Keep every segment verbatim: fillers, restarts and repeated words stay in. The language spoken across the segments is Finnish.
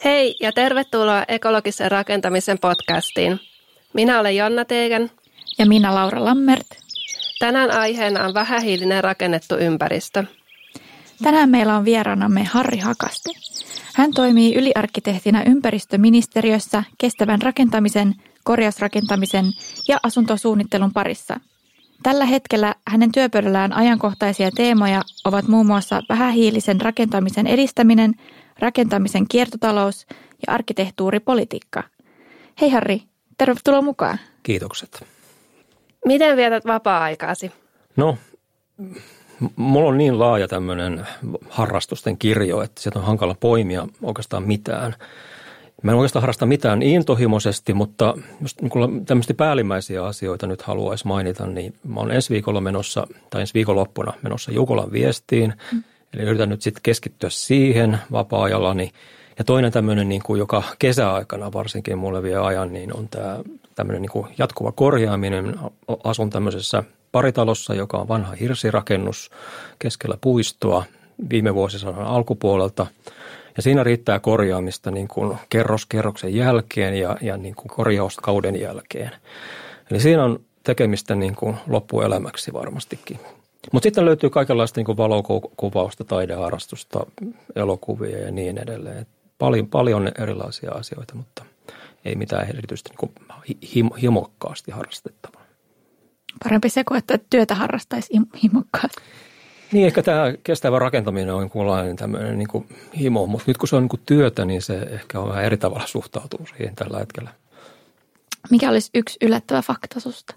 Hei ja tervetuloa ekologisen rakentamisen podcastiin. Minä olen Jonna Teegen. Ja minä Laura Lammert. Tänään aiheena on vähähiilinen rakennettu ympäristö. Tänään meillä on vieraanamme Harri Hakaste. Hän toimii yliarkkitehtinä ympäristöministeriössä kestävän rakentamisen, korjausrakentamisen ja asuntosuunnittelun parissa. Tällä hetkellä hänen työpöydällään ajankohtaisia teemoja ovat muun muassa vähähiilisen rakentamisen edistäminen, rakentamisen kiertotalous ja arkkitehtuuripolitiikka. Hei Harri, tervetuloa mukaan. Kiitokset. Miten vietät vapaa-aikaasi? No, mulla on niin laaja tämmöinen harrastusten kirjo, että sieltä on hankala poimia oikeastaan mitään. Mä en oikeastaan harrasta mitään intohimoisesti, mutta just niin tämmöisiä päällimmäisiä asioita nyt haluaisi mainita, niin mä oon ensi viikolla menossa, tai ensi viikonloppuna menossa Jukolan viestiin. Mm. Eli yritän nyt sitten keskittyä siihen vapaa-ajallani. Ja toinen tämmöinen, niin kuin joka kesäaikana varsinkin mulle vie ajan, niin on tämä tämmöinen niin kuin jatkuva korjaaminen. Asun tämmöisessä paritalossa, joka on vanha hirsirakennus keskellä puistoa viime vuosisadan alkupuolelta. Ja siinä riittää korjaamista niin kuin kerros kerroksen jälkeen ja, ja niin kuin korjauskauden jälkeen. Eli siinä on tekemistä niin kuin loppuelämäksi varmastikin. Mutta sitten löytyy kaikenlaista niin kuin valokuvausta, taideharrastusta, elokuvia ja niin edelleen. Paljon, paljon erilaisia asioita, mutta ei mitään erityisesti niin kuin him, himokkaasti harrastettavaa. Parempi se kuin, että työtä harrastaisi himokkaasti. Niin, ehkä tämä kestävä rakentaminen on jonkunlainen tämmöinen niin kuin himo, mutta nyt kun se on niin kuin työtä, niin se ehkä on vähän eri tavalla suhtautuu siihen tällä hetkellä. Mikä olisi yksi yllättävä fakta susta?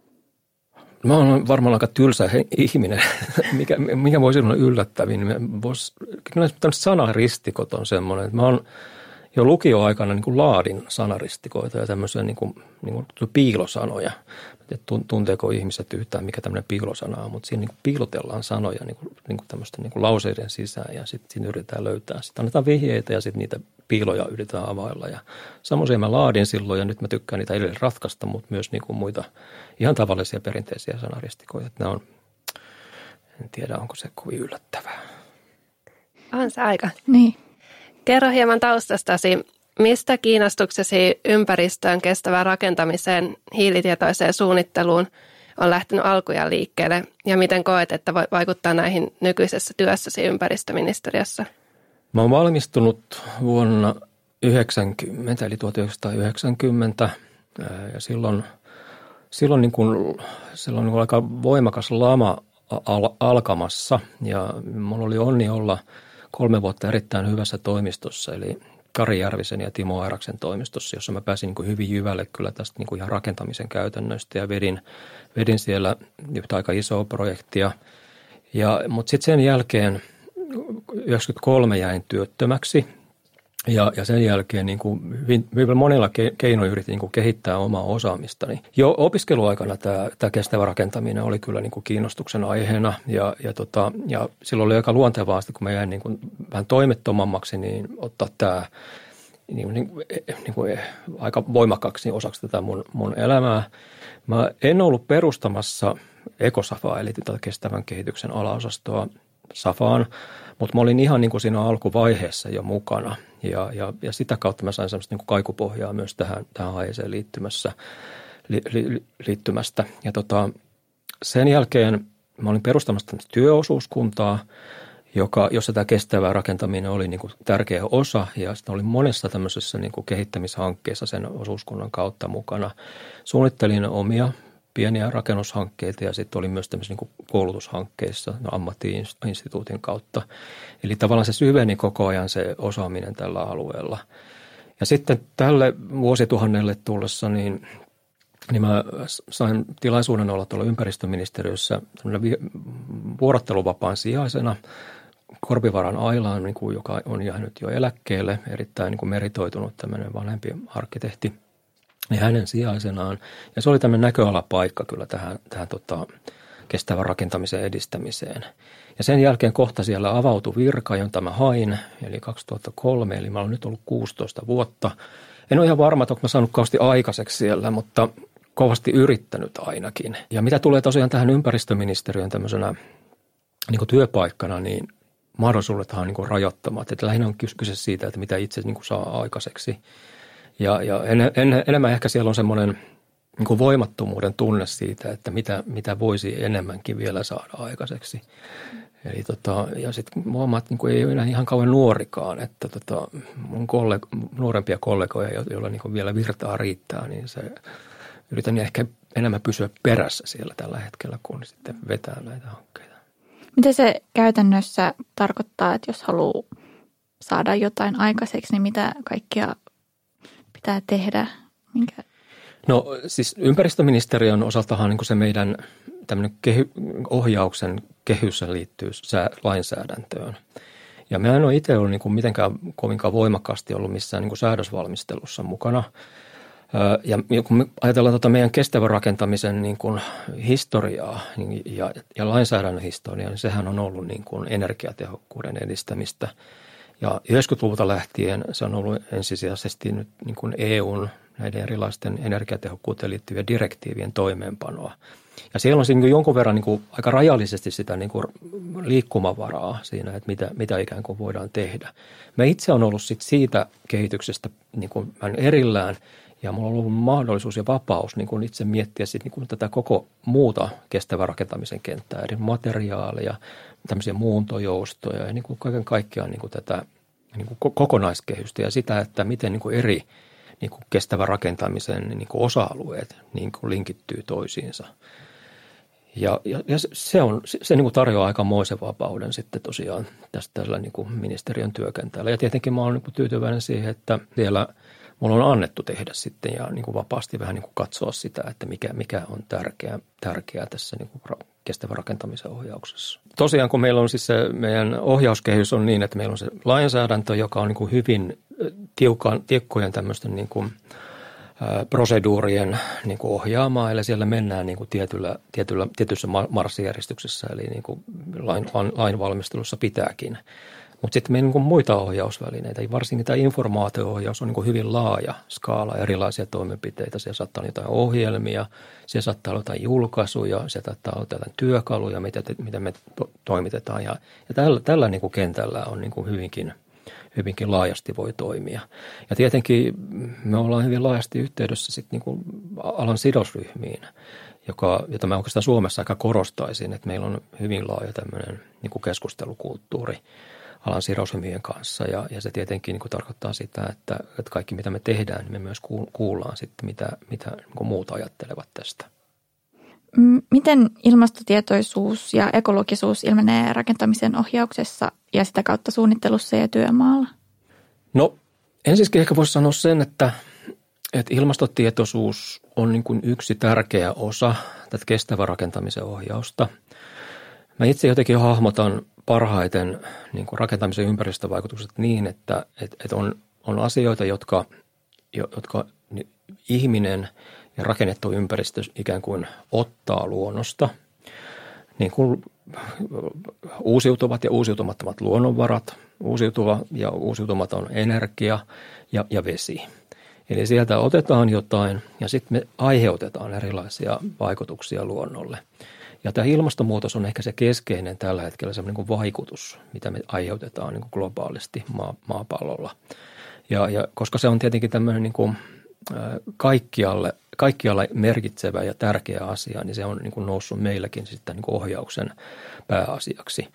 Mä oon varmaan aika tylsä ihminen. mikä, mikä voisi olla yllättävin? Vois, kyllä tämmöiset sanaristikot on semmoinen, että mä oon jo lukioaikana niin kuin laadin sanaristikoita ja tämmöisiä niin kuin, niin kuin piilosanoja. Tunteeko ihmiset yhtään, mikä tämmöinen piilosana on, mutta siinä niin kuin piilotellaan sanoja niin kuin, niin kuin tämmöisten niin kuin lauseiden sisään ja sitten siinä yritetään löytää. Sitten annetaan vihjeitä ja sitten niitä piiloja yritetään availla. Ja semmoisia mä laadin silloin ja nyt mä tykkään niitä edelleen ratkaista, mutta myös niin kuin muita ihan tavallisia perinteisiä sanaristikoja. Että ne on, en tiedä onko se kovin yllättävää. On se aika. Niin. Kerro hieman taustastasi. Mistä kiinnostuksesi ympäristöön, kestävään rakentamiseen, hiilitietoiseen suunnitteluun on lähtenyt alkujaan liikkeelle ja miten koet, että voi vaikuttaa näihin nykyisessä työssäsi ympäristöministeriössä? Mä oon valmistunut vuonna yhdeksänkymmentä eli tuhatyhdeksänsataayhdeksänkymmentä ja silloin, silloin, niin kuin, silloin niin kuin aika voimakas lama al- alkamassa ja mulla oli onni olla kolme vuotta erittäin hyvässä toimistossa eli Kari Järvisen ja Timo Airaksen toimistossa, jossa mä pääsin niin kuin hyvin jyvälle kyllä tästä niin kuin ihan rakentamisen käytännöistä ja vedin, vedin siellä yhtä aika isoa projektia. Ja, mutta sitten sen jälkeen yhdeksänkymmentäkolme jäin työttömäksi ja, ja sen jälkeen niin kuin hyvin, hyvin monilla keinoin yritin niin kuin kehittää omaa osaamistani. Jo opiskeluaikana tämä, tämä kestävä rakentaminen oli kyllä niin kuin kiinnostuksen aiheena ja, ja, tota, ja silloin oli aika luontevaa, kun mä jäin niin kuin vähän toimettomammaksi, niin ottaa tämä niin, niin, niin kuin aika voimakkaaksi osaksi tätä mun, mun elämää. Mä en ollut perustamassa EcoSafaa, eli tätä kestävän kehityksen alaosastoa Safaan, mutta mä olin ihan niin kuin siinä alkuvaiheessa jo mukana ja, ja, ja sitä kautta mä sain semmoista niin kuin kaikupohjaa myös tähän, tähän aiheeseen liittymässä, li, li, liittymästä. Ja tota, sen jälkeen mä olin perustamassa työosuuskuntaa, joka, jossa tämä kestävä rakentaminen oli niin kuin tärkeä osa ja sitten olin monessa tämmöisessä niin kuin kehittämishankkeessa sen osuuskunnan kautta mukana. Suunnittelin omia pieniä rakennushankkeita ja sitten oli myös tämmöisissä niin kuin koulutushankkeissa no, ammattiinstituutin kautta. Eli tavallaan se syveni koko ajan se osaaminen tällä alueella. Ja sitten tälle vuosituhannelle tullessa niin, niin mä sain tilaisuuden olla tuolla ympäristöministeriössä vuorotteluvapaan sijaisena Korpivaran Ailaan, niin kuin, joka on jäänyt jo eläkkeelle, erittäin niin kuin meritoitunut tämmöinen vanhempi arkkitehti. Ja hänen sijaisenaan. Ja se oli tämmöinen näköalapaikka kyllä tähän, tähän tota, kestävän rakentamisen edistämiseen. Ja sen jälkeen kohta siellä avautui virka, jota mä hain, eli kaksituhattakolme, eli mä olen nyt ollut kuusitoista vuotta. En ole ihan varma, että mä saanut kauheasti aikaiseksi siellä, mutta kovasti yrittänyt ainakin. Ja mitä tulee tosiaan tähän ympäristöministeriön tämmöisenä niin kuin työpaikkana, niin mahdollisuudethan niin kuin rajoittamat. Että lähinnä on kyse siitä, että mitä itse niin kuin saa aikaiseksi. Ja, ja en, en, enemmän ehkä siellä on semmoinen niin kuin voimattomuuden tunne siitä, että mitä, mitä voisi enemmänkin vielä saada aikaiseksi. Eli tota, ja sitten huomaa, että niin ei ole enää ihan kauan nuorikaan, että tota, mun kollega, nuorempia kollegoja, joilla niin vielä virtaa riittää, niin se yritän ehkä enemmän pysyä perässä siellä tällä hetkellä, kun sitten vetää näitä hankkeita. Mitä se käytännössä tarkoittaa, että jos haluaa saada jotain aikaiseksi, niin mitä kaikkea pitää tehdä? Minkä? No siis ympäristöministeriön osaltahan niin kuin se meidän tämmöinen kehy, ohjauksen kehys liittyy lainsäädäntöön. Ja mä en ole itse ollut niin kuin mitenkään kovinkaan voimakkaasti ollut missään niin kuin säädösvalmistelussa mukana. Ja kun me ajatellaan tuota meidän kestävän rakentamisen niin kuin historiaa ja, ja lainsäädännön historiaa, niin sehän on ollut niin kuin energiatehokkuuden edistämistä. Ja yhdeksänkymmentäluvulta lähtien se on ollut ensisijaisesti nyt niin kuin E U:n näiden erilaisten energiatehokkuuteen liittyvien direktiivien toimeenpanoa. Ja siellä on siinä jonkun verran niin kuin aika rajallisesti sitä niin kuin liikkumavaraa siinä, että mitä, mitä ikään kuin voidaan tehdä. Mä itse olen ollut sit siitä kehityksestä niin kuin erillään ja mulla on ollut mahdollisuus ja vapaus niin kuin itse miettiä sit niin kuin tätä koko muuta kestävän rakentamisen kenttää, eri materiaaleja, tämmöisiä muuntojoustoja ja niin kuin kaiken kaikkiaan niin kuin tätä niin kuin kokonaiskehystä ja sitä, että miten niin kuin eri niin kuin kestävän rakentamisen niin kuin osa-alueet niin kuin linkittyy toisiinsa. Ja, ja, ja se, on, se niin kuin tarjoaa aikamoisen vapauden sitten tosiaan tästä tällä niin kuin ministeriön työkentällä. Ja tietenkin mä olen niin kuin tyytyväinen siihen, että siellä mulla on annettu tehdä sitten ja niin kuin vapaasti vähän niin kuin katsoa sitä, että mikä, mikä on tärkeää, tärkeää tässä niin kuin kestävän rakentamisen ohjauksessa. Tosiaan kun meillä on siis se meidän ohjauskehys on niin, että meillä on se lainsäädäntö, joka on niin kuin hyvin tiukan, tiukkojen tämmöisten niin kuin proseduurien niin kuin ohjaamaan, eli siellä mennään niin kuin tietyllä, tietyllä, tietyssä marssijärjestyksessä, eli niin kuin lain, lain valmistelussa pitääkin. Mutta sitten meillä on niin muita ohjausvälineitä, varsinkin tämä informaatio-ohjaus on niin hyvin laaja skaala erilaisia toimenpiteitä. Siellä saattaa olla jotain ohjelmia, siellä saattaa olla jotain julkaisuja, siellä saattaa olla jotain työkaluja, mitä, te, mitä me to, toimitetaan. Ja, ja tällä, tällä niin kuin kentällä on niin kuin hyvinkin, hyvinkin laajasti voi toimia. Ja tietenkin me ollaan hyvin laajasti yhteydessä sit niin kuin alan sidosryhmiin, joka, jota mä oikeastaan Suomessa aika korostaisin, että meillä on hyvin laaja tämmöinen niin kuin keskustelukulttuuri alan sidosryhmien kanssa ja, ja se tietenkin niin kuin tarkoittaa sitä, että, että kaikki mitä me tehdään, niin me myös kuullaan sitten, mitä, mitä niin kuin muut ajattelevat tästä. Miten ilmastotietoisuus ja ekologisuus ilmenee rakentamisen ohjauksessa ja sitä kautta suunnittelussa ja työmaalla? No ensisikin ehkä voisi sanoa sen, että, että ilmastotietoisuus on niin kuin yksi tärkeä osa tätä kestävän rakentamisen ohjausta. Mä itse jotenkin hahmotan parhaiten niin kuin rakentamisen ympäristövaikutukset niin, että, että, että on, on asioita, jotka, jotka ihminen ja rakennettu ympäristö ikään kuin ottaa luonnosta, niin kuin uusiutuvat ja uusiutumattomat luonnonvarat, uusiutuva ja uusiutumaton energia ja, ja vesi. Eli sieltä otetaan jotain ja sitten me aiheutetaan erilaisia vaikutuksia luonnolle. Ja tämä ilmastonmuutos on ehkä se keskeinen tällä hetkellä semmoinen niin kuin vaikutus, mitä me aiheutetaan niin kuin globaalisti maa, maapallolla. Ja, ja koska se on tietenkin tämmöinen niin kuin kaikkialle, kaikkialle merkitsevä ja tärkeä asia, niin se on niin kuin noussut meilläkin sitten niin kuin ohjauksen pääasiaksi.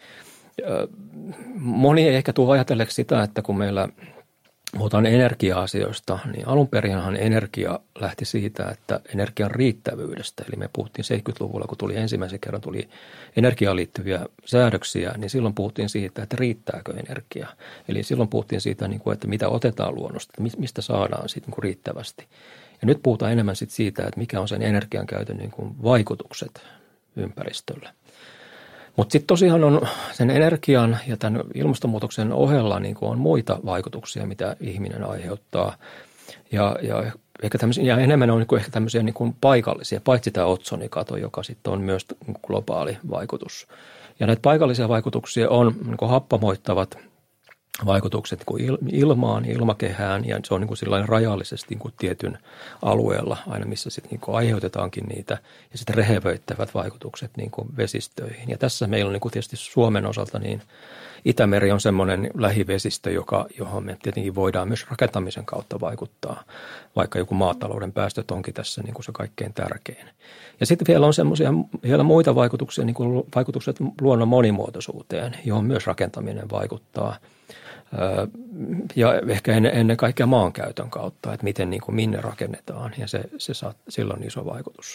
Moni ei ehkä tule ajatelleeksi sitä, että kun meillä puhutaan energia-asioista, niin alun perinhan energia lähti siitä, että energian riittävyydestä. Eli me puhuttiin seitsemänkymmentäluvulla, kun tuli ensimmäisen kerran tuli energiaan liittyviä säädöksiä, niin silloin puhuttiin siitä, että riittääkö energia. Eli silloin puhuttiin siitä, että mitä otetaan luonnosta, mistä saadaan siitä riittävästi. Ja nyt puhutaan enemmän siitä, että mikä on sen energian käytön vaikutukset ympäristölle. Mutta sitten tosiaan on sen energian ja tämän ilmastonmuutoksen ohella niin on muita vaikutuksia, mitä ihminen aiheuttaa. Ja, ja, ehkä ja enemmän on niin ehkä tämmöisiä niin paikallisia, paitsi tämä otsonikato, joka sitten on myös globaali vaikutus. Ja näitä paikallisia vaikutuksia on niin happamoittavat vaikutukset niin ilmaan, ilmakehään ja se on niin sillain rajallisesti niin tietyn alueella aina, missä sitten niin aiheutetaankin niitä ja sitten rehevöittävät vaikutukset niin vesistöihin. Ja tässä meillä on niin tietysti Suomen osalta niin Itämeri on semmoinen lähivesistö, joka, johon me tietenkin voidaan myös rakentamisen kautta vaikuttaa, vaikka joku maatalouden päästöt onkin tässä niin kuin se kaikkein tärkein. Ja sitten vielä on semmoisia vielä muita vaikutuksia, niin kuin vaikutukset luonnon monimuotoisuuteen, johon myös rakentaminen vaikuttaa. Ja ehkä ennen, ennen kaikkea maankäytön kautta, että miten niin kuin minne rakennetaan, ja se, se saa, sillä on iso vaikutus.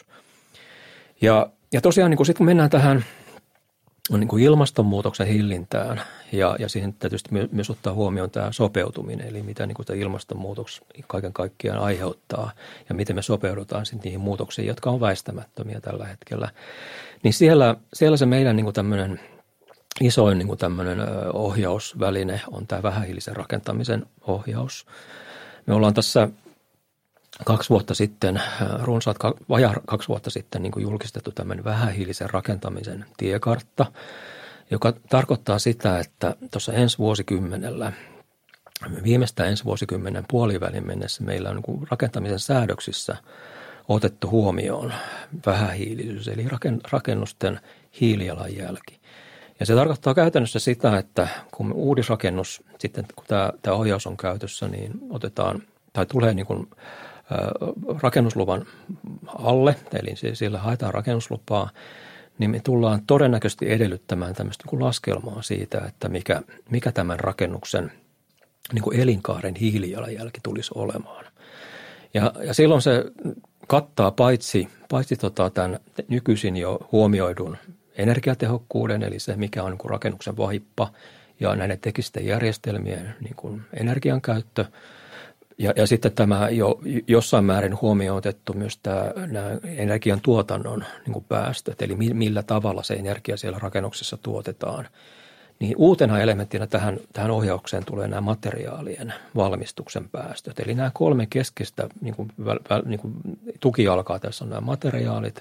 Ja, ja tosiaan niin kuin sitten kun mennään tähän niin kuin ilmastonmuutoksen hillintään, ja, ja siihen tietysti myös ottaa huomioon tämä sopeutuminen, eli mitä niin kuin tämä ilmastonmuutos kaiken kaikkiaan aiheuttaa, ja miten me sopeudutaan sitten niihin muutoksiin, jotka on väistämättömiä tällä hetkellä, niin siellä, siellä se meidän niin kuin tämmöinen isoin niin kuin tämmöinen ohjausväline on tämä vähähiilisen rakentamisen ohjaus. Me ollaan tässä kaksi vuotta sitten, runsaat vajaa kaksi vuotta sitten niin kuin julkistettu tämmöinen vähähiilisen rakentamisen tiekartta, joka tarkoittaa sitä, että tuossa ensi vuosikymmenellä, viimeistään ensi vuosikymmenen puolivälin mennessä meillä on niin kuin rakentamisen säädöksissä otettu huomioon vähähiilisyys, eli rakennusten hiilijalanjälki. Ja se tarkoittaa käytännössä sitä, että kun uudisrakennus, sitten kun tämä, tämä ohjaus on käytössä, niin otetaan tai tulee niin kuin rakennusluvan alle, eli sillä haetaan rakennuslupaa, niin me tullaan todennäköisesti edellyttämään tämmöistä niin kuin laskelmaa siitä, että mikä, mikä tämän rakennuksen niin kuin elinkaaren hiilijalanjälki tulisi olemaan. Ja, ja silloin se kattaa paitsi, paitsi tota tämän nykyisin jo huomioidun energiatehokkuuden, eli se mikä on niin kuin rakennuksen vahippa ja näiden teknisten järjestelmien niin kuin energiankäyttö. Ja, ja sitten tämä jo jossain määrin huomioon otettu myös tämä, nämä energiantuotannon niin kuin päästöt, eli millä tavalla se energia siellä rakennuksessa tuotetaan. Niin uutena elementtinä tähän, tähän ohjaukseen tulee nämä materiaalien valmistuksen päästöt. Eli nämä kolme keskeistä niin kuin, niin kuin tukijalkaa tässä on nämä materiaalit,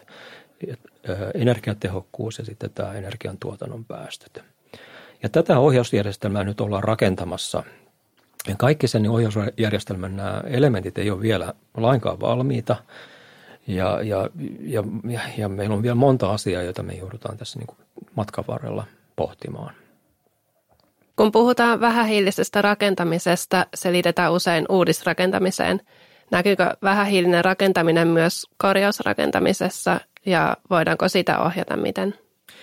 energiatehokkuus ja sitten tämä energiantuotannon päästöt. Ja tätä ohjausjärjestelmää nyt ollaan rakentamassa. Ja kaikki sen ohjausjärjestelmän nämä elementit ei ole vielä lainkaan valmiita. Ja, ja, ja, ja, ja meillä on vielä monta asiaa, joita me joudutaan tässä niin kuin matkan varrella pohtimaan. Kun puhutaan vähähiilisestä rakentamisesta, se liitetään usein uudisrakentamiseen. Näkyykö vähähiilinen rakentaminen myös korjausrakentamisessa ja voidaanko sitä ohjata miten?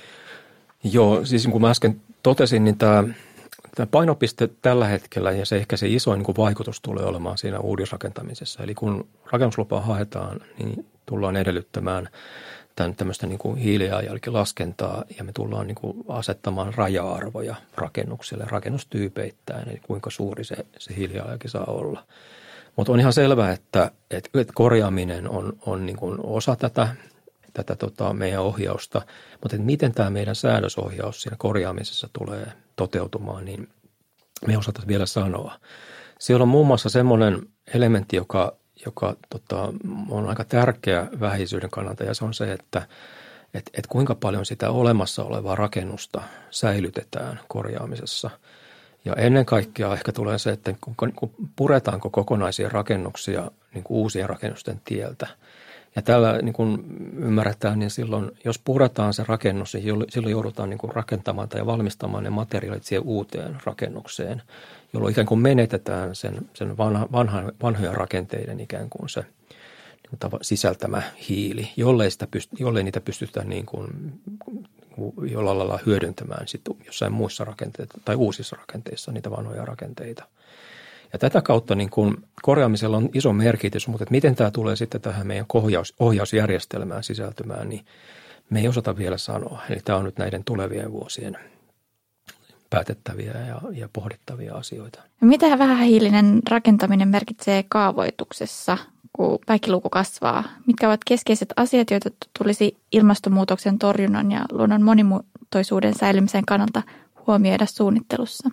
Joo, siis niin kuin mä äsken totesin, niin tämä, tämä painopiste tällä hetkellä ja se ehkä se isoin niin kuin vaikutus tulee olemaan siinä uudisrakentamisessa. Eli kun rakennuslupaa haetaan, niin tullaan edellyttämään tämän tämmöistä niin kuin hiilijalanjälkilaskentaa ja me tullaan niin kuin asettamaan raja-arvoja rakennuksille rakennustyypeittäin, eli kuinka suuri se, se hiilijalanjälki saa olla. Mutta on ihan selvää, että, että korjaaminen on, on niin kuin osa tätä, tätä tota meidän ohjausta, mutta että miten tämä meidän säädösohjaus siinä korjaamisessa tulee toteutumaan, niin me ei osata vielä sanoa. Siellä on muun muassa semmoinen elementti, joka, joka tota, on aika tärkeä vähähiilisyyden kannalta, ja se on se, että et, et kuinka paljon sitä olemassa olevaa rakennusta säilytetään korjaamisessa. Ja ennen kaikkea ehkä tulee se, että kun puretaanko kokonaisia rakennuksia niin kuin uusien rakennusten tieltä. Ja tällä niin kuin ymmärretään, niin silloin jos puretaan se rakennus, niin silloin joudutaan niin kuin rakentamaan tai valmistamaan ne materiaalit siihen uuteen rakennukseen, jolloin ikään kuin menetetään sen, sen vanha, vanha, vanhojen rakenteiden ikään kuin se niin kuin sisältämä hiili, jollei, sitä pyst- jollei niitä pystytään niin kuin jollain lailla hyödyntämään sitten jossain muissa rakenteissa tai uusissa rakenteissa niitä vanhoja rakenteita. Ja tätä kautta niin kuin korjaamisella on iso merkitys, mutta että miten tämä tulee sitten tähän meidän ohjaus, ohjausjärjestelmään sisältymään, niin me ei osata vielä sanoa. Eli tämä on nyt näiden tulevien vuosien päätettäviä ja, ja pohdittavia asioita. Mitä vähähiilinen rakentaminen merkitsee kaavoituksessa, kun väkiluku kasvaa? Mitkä ovat keskeiset asiat, joita tulisi ilmastonmuutoksen torjunnan ja luonnon monimuotoisuuden säilymisen kannalta huomioida suunnittelussa?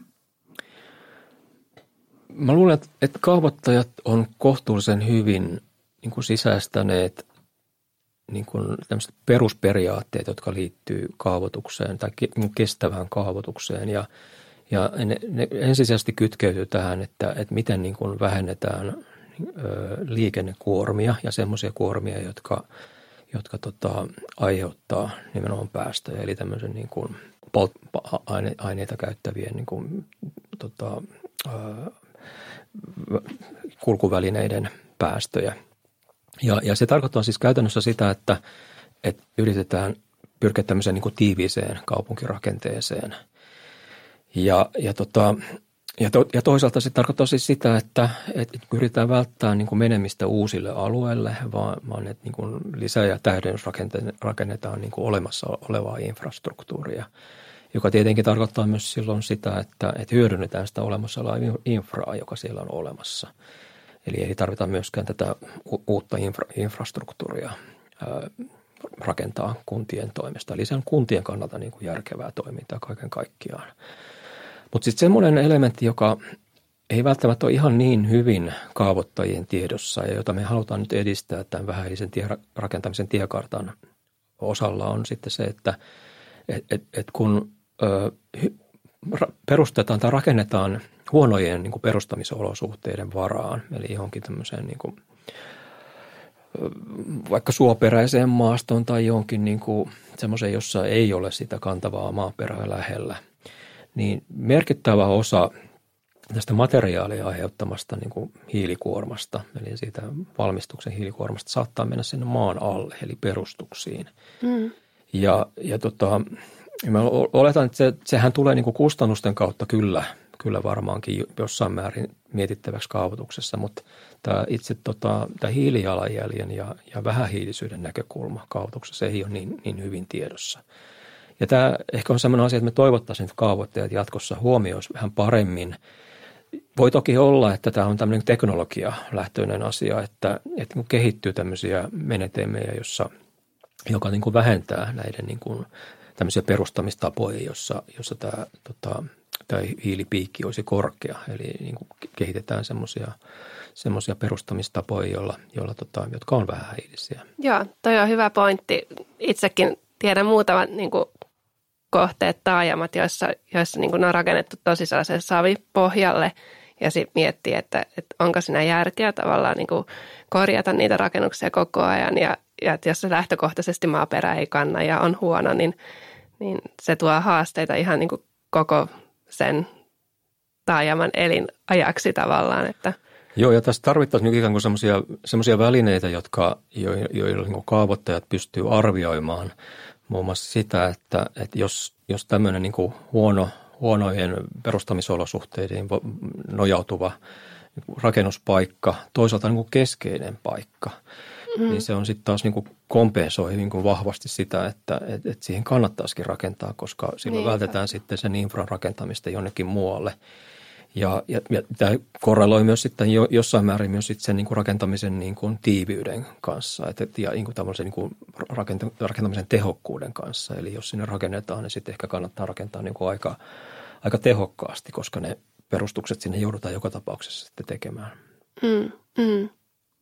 Mä luulen, että, että kaavoittajat on kohtuullisen hyvin niin kuin sisäistäneet niin kuin tämmöiset perusperiaatteet, jotka liittyy kaavoitukseen tai kestävään kaavoitukseen. Ja, ja ne, ne ensisijaisesti kytkeytyy tähän, että, että miten niin kuin vähennetään ö, liikennekuormia ja semmoisia kuormia, jotka, jotka tota, aiheuttaa nimenomaan päästöjä, eli tämmöisen niin kuin polttoaineita käyttävien niin kuin, tota, kulkuvälineiden päästöjä. Ja, ja se tarkoittaa siis käytännössä sitä, että, että yritetään pyrkiä tämmöiseen niin kuin tiiviiseen kaupunkirakenteeseen. Ja, ja, tota, ja, to, ja toisaalta se tarkoittaa siis sitä, että, että yritetään välttää niin kuin menemistä uusille alueille, vaan, vaan että niin kuin lisää- ja täydennysrakennetaan niin kuin olemassa olevaa infrastruktuuria, joka tietenkin tarkoittaa myös silloin sitä, että, että hyödynnetään sitä olemassa olevaa infraa, joka siellä on olemassa. Eli ei tarvita myöskään tätä uutta infra, infrastruktuuria ää, rakentaa kuntien toimesta. Eli se on kuntien kannalta niin kuin järkevää toimintaa kaiken kaikkiaan. Mutta sitten semmoinen elementti, joka ei välttämättä ole ihan niin hyvin kaavoittajien tiedossa ja jota me halutaan nyt edistää tämän vähäisen tie, rakentamisen tiekartan osalla on sitten se, että et, et, et kun ö, perustetaan tai rakennetaan huonojen niin kuin perustamisolosuhteiden varaan, eli johonkin tämmöiseen niin kuin, vaikka suoperäiseen maastoon tai johonkin niin kuin semmoiseen, jossa ei ole sitä kantavaa maaperää lähellä, niin merkittävä osa tästä materiaalia aiheuttamasta niin kuin hiilikuormasta, eli siitä valmistuksen hiilikuormasta saattaa mennä sinne maan alle, eli perustuksiin. Mm. Ja, ja tota, mä oletan, että se, sehän tulee niin kuin kustannusten kautta kyllä, kyllä varmaankin jossain määrin mietittäväksi kaavoituksessa, mutta tämä itse tota, tämä hiilijalanjäljen ja, ja vähähiilisyyden näkökulma kaavoituksessa ei ole niin, niin hyvin tiedossa. Ja tämä ehkä on sellainen asia, että me toivottaisiin, että kaavoittajat jatkossa huomioisivat vähän paremmin. Voi toki olla, että tämä on tämmöinen teknologialähtöinen asia, että, että kehittyy tämmöisiä menetelmiä, jossa, joka niin kuin vähentää näiden niin kuin tämmöisiä perustamistapoja, jossa, jossa tämä, tota, tämä hiilipiikki olisi korkea. Eli niin kuin kehitetään semmoisia, semmoisia perustamistapoja, joilla, joilla, tota, jotka on vähähiilisiä. Joo, toi on hyvä pointti. Itsekin tiedän muutamat niin kuin kohteet, taajamat, joissa, joissa niin kuin ne on rakennettu tosi sellaisen savipohjalle ja sitten miettii, että, että onko siinä järkeä tavallaan niin kuin korjata niitä rakennuksia koko ajan ja, ja että jos se lähtökohtaisesti maaperä ei kanna ja on huono, niin, niin se tuo haasteita ihan niin kuin koko sen taajaman elinajaksi tavallaan, että Joo, ja tässä tarvittaisiin ikään kuin semmoisia, semmoisia välineitä, jotka, joilla niin kuin kaavoittajat pystyy arvioimaan muun muassa sitä, että, että jos, jos tämmöinen niin kuin huono, huonojen perustamisolosuhteiden nojautuva rakennuspaikka, toisaalta niin kuin keskeinen paikka, mm. niin se on sitten taas niin kuin kompensoi niin kuin vahvasti sitä, että, että, että siihen kannattaisikin rakentaa, koska silloin niin. vältetään sitten sen infran rakentamista jonnekin muualle. Ja, ja, ja tämä korreloi myös sitten jo, jossain määrin myös sitten sen niin kuin rakentamisen niin kuin tiiviyden kanssa et, et, ja niin kuin tämmöisen niin kuin rakentamisen tehokkuuden kanssa. Eli jos sinne rakennetaan, niin sitten ehkä kannattaa rakentaa niin kuin aika, aika tehokkaasti, koska ne perustukset sinne joudutaan joka tapauksessa sitten tekemään. Mm, mm.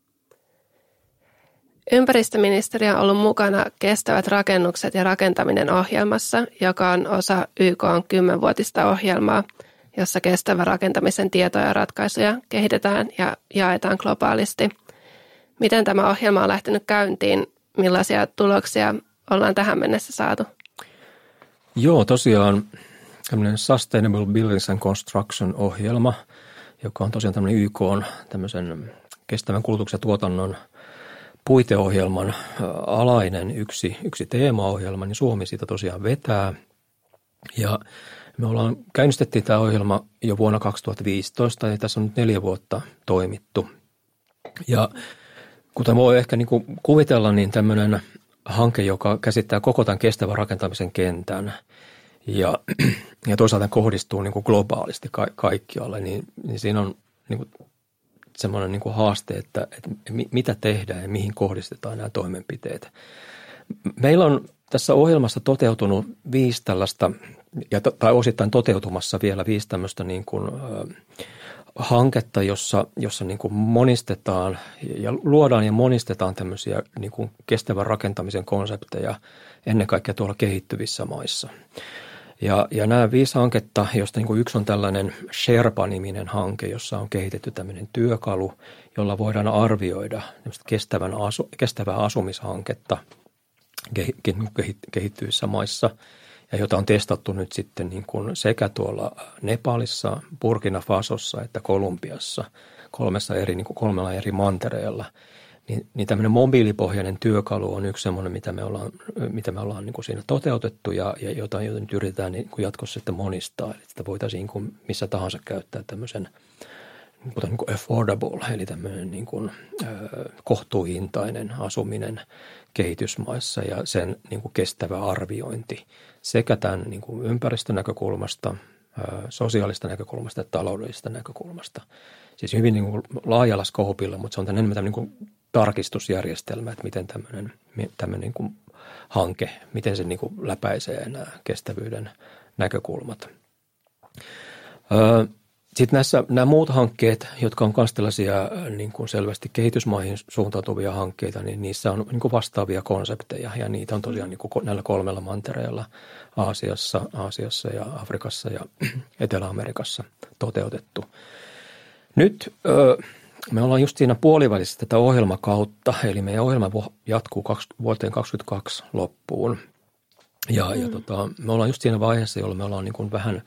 Ympäristöministeriö on ollut mukana Kestävät rakennukset ja rakentaminen -ohjelmassa, joka on osa Y K:n kymmenvuotista ohjelmaa, jossa kestävän rakentamisen tietoja ja ratkaisuja kehitetään ja jaetaan globaalisti. Miten tämä ohjelma on lähtenyt käyntiin? Millaisia tuloksia ollaan tähän mennessä saatu? Joo, tosiaan tämmöinen Sustainable Buildings and Construction -ohjelma, joka on tosiaan tämmöinen Y K:n tämmöisen kestävän kulutuksen ja tuotannon puiteohjelman alainen yksi, yksi teemaohjelma, niin Suomi siitä tosiaan vetää. Ja me ollaan, käynnistettiin tämä ohjelma jo vuonna kaksituhattaviisitoista ja tässä on nyt neljä vuotta toimittu. Ja kuten voi ehkä niin kuin kuvitella, niin tämmöinen hanke, joka käsittää koko tämän kestävän rakentamisen kentän ja, ja toisaalta kohdistuu niin kuin globaalisti ka- kaikkialle, niin, niin siinä on niin kuin semmoinen niin kuin haaste, että, että mitä tehdään ja mihin kohdistetaan nämä toimenpiteet. Meillä on tässä ohjelmassa toteutunut viisi tällaista, ja to, tai osittain toteutumassa vielä viisi tämmöistä niin kuin, ö, hanketta, jossa, jossa niin kuin monistetaan ja luodaan ja monistetaan tämmöisiä niin kuin kestävän rakentamisen konsepteja ennen kaikkea tuolla kehittyvissä maissa. Ja, ja nämä viisi hanketta, joista niin kuin yksi on tällainen Sherpa-niminen hanke, jossa on kehitetty tämmöinen työkalu, jolla voidaan arvioida kestävän asu, kestävää asumishanketta kehittyvissä maissa ja jota on testattu nyt sitten niin kuin sekä tuolla Nepalissa, Burkina Fasossa että Kolumbiassa kolmessa eri, niin kuin kolmella eri mantereella. Niin, niin tämmöinen mobiilipohjainen työkalu on yksi semmoinen, mitä me ollaan, mitä me ollaan niin kuin siinä toteutettu ja, ja jota, jota nyt yritetään niin kuin jatkossa sitten monistaa. Eli sitä voitaisiin niin kuin missä tahansa käyttää tämmöisen niin kuin affordable, eli tämmöinen niin kuin, ö, kohtuuhintainen asuminen kehitysmaissa ja sen niin kuin kestävä arviointi sekä tämän niin kuin ympäristön näkökulmasta, ö, sosiaalista näkökulmasta ja taloudellisesta näkökulmasta. Siis hyvin niin kuin laajalla skoopilla, mutta se on enemmän tämmöinen niin kuin tarkistusjärjestelmä, että miten tämmöinen, tämmöinen niin kuin hanke, miten se niin kuin läpäisee nämä kestävyyden näkökulmat. Öö, Sitten näissä, nämä muut hankkeet, jotka on myös tällaisia niin kuin selvästi kehitysmaihin suuntautuvia hankkeita, niin niissä on niin kuin vastaavia konsepteja ja niitä on tosiaan niin kuin näillä kolmella mantereella Aasiassa, Aasiassa ja Afrikassa ja Etelä-Amerikassa toteutettu. Nyt me ollaan just siinä puolivälissä tätä ohjelmakautta, eli meidän ohjelma jatkuu vuoteen kaksikymmentäkaksi loppuun. Ja, mm. ja tota, me ollaan just siinä vaiheessa, jolloin me ollaan niin kuin vähän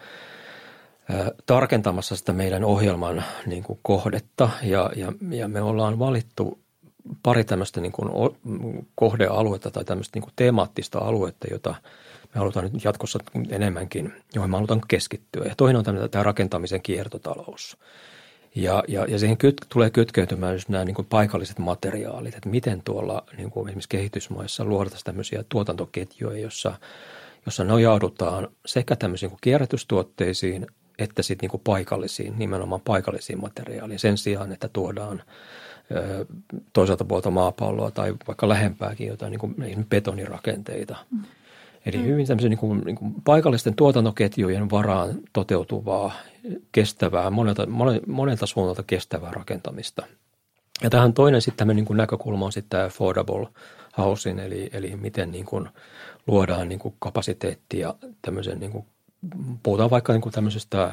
tarkentamassa sitä meidän ohjelman niin kuin kohdetta ja, ja, ja me ollaan valittu pari tämmöistä niin kuin kohdealuetta tai tämmöistä niin kuin teemaattista aluetta, jota me halutaan nyt jatkossa enemmänkin, johon me halutaan keskittyä. Ja toinen on tämmöinen tämä rakentamisen kiertotalous. Ja, ja, ja siihen kyt, tulee kytkeytymään just nämä niin kuin paikalliset materiaalit, että miten tuolla niin kuin esimerkiksi kehitysmaissa luodataan tämmöisiä tuotantoketjuja, jossa, jossa nojaudutaan sekä tämmöisiin kuin kierrätystuotteisiin että sitten niin kuin paikallisiin, nimenomaan paikallisiin materiaaleihin sen sijaan, että tuodaan ö, toisaalta puolta maapalloa tai vaikka lähempääkin jotain niin kuin betonirakenteita. Mm. Eli mm. hyvin tämmöisen niin kuin, niin kuin paikallisten tuotantoketjujen varaan toteutuvaa, kestävää, monelta, monelta suunnalta kestävää rakentamista. Ja tähän toinen sitten tämmöinen niin kuin näkökulma on sitten tämä affordable housing, eli, eli miten niin kuin luodaan niin kuin kapasiteettia tämmöisen, niin kuin, puhutaan vaikka niin kuin tämmöisestä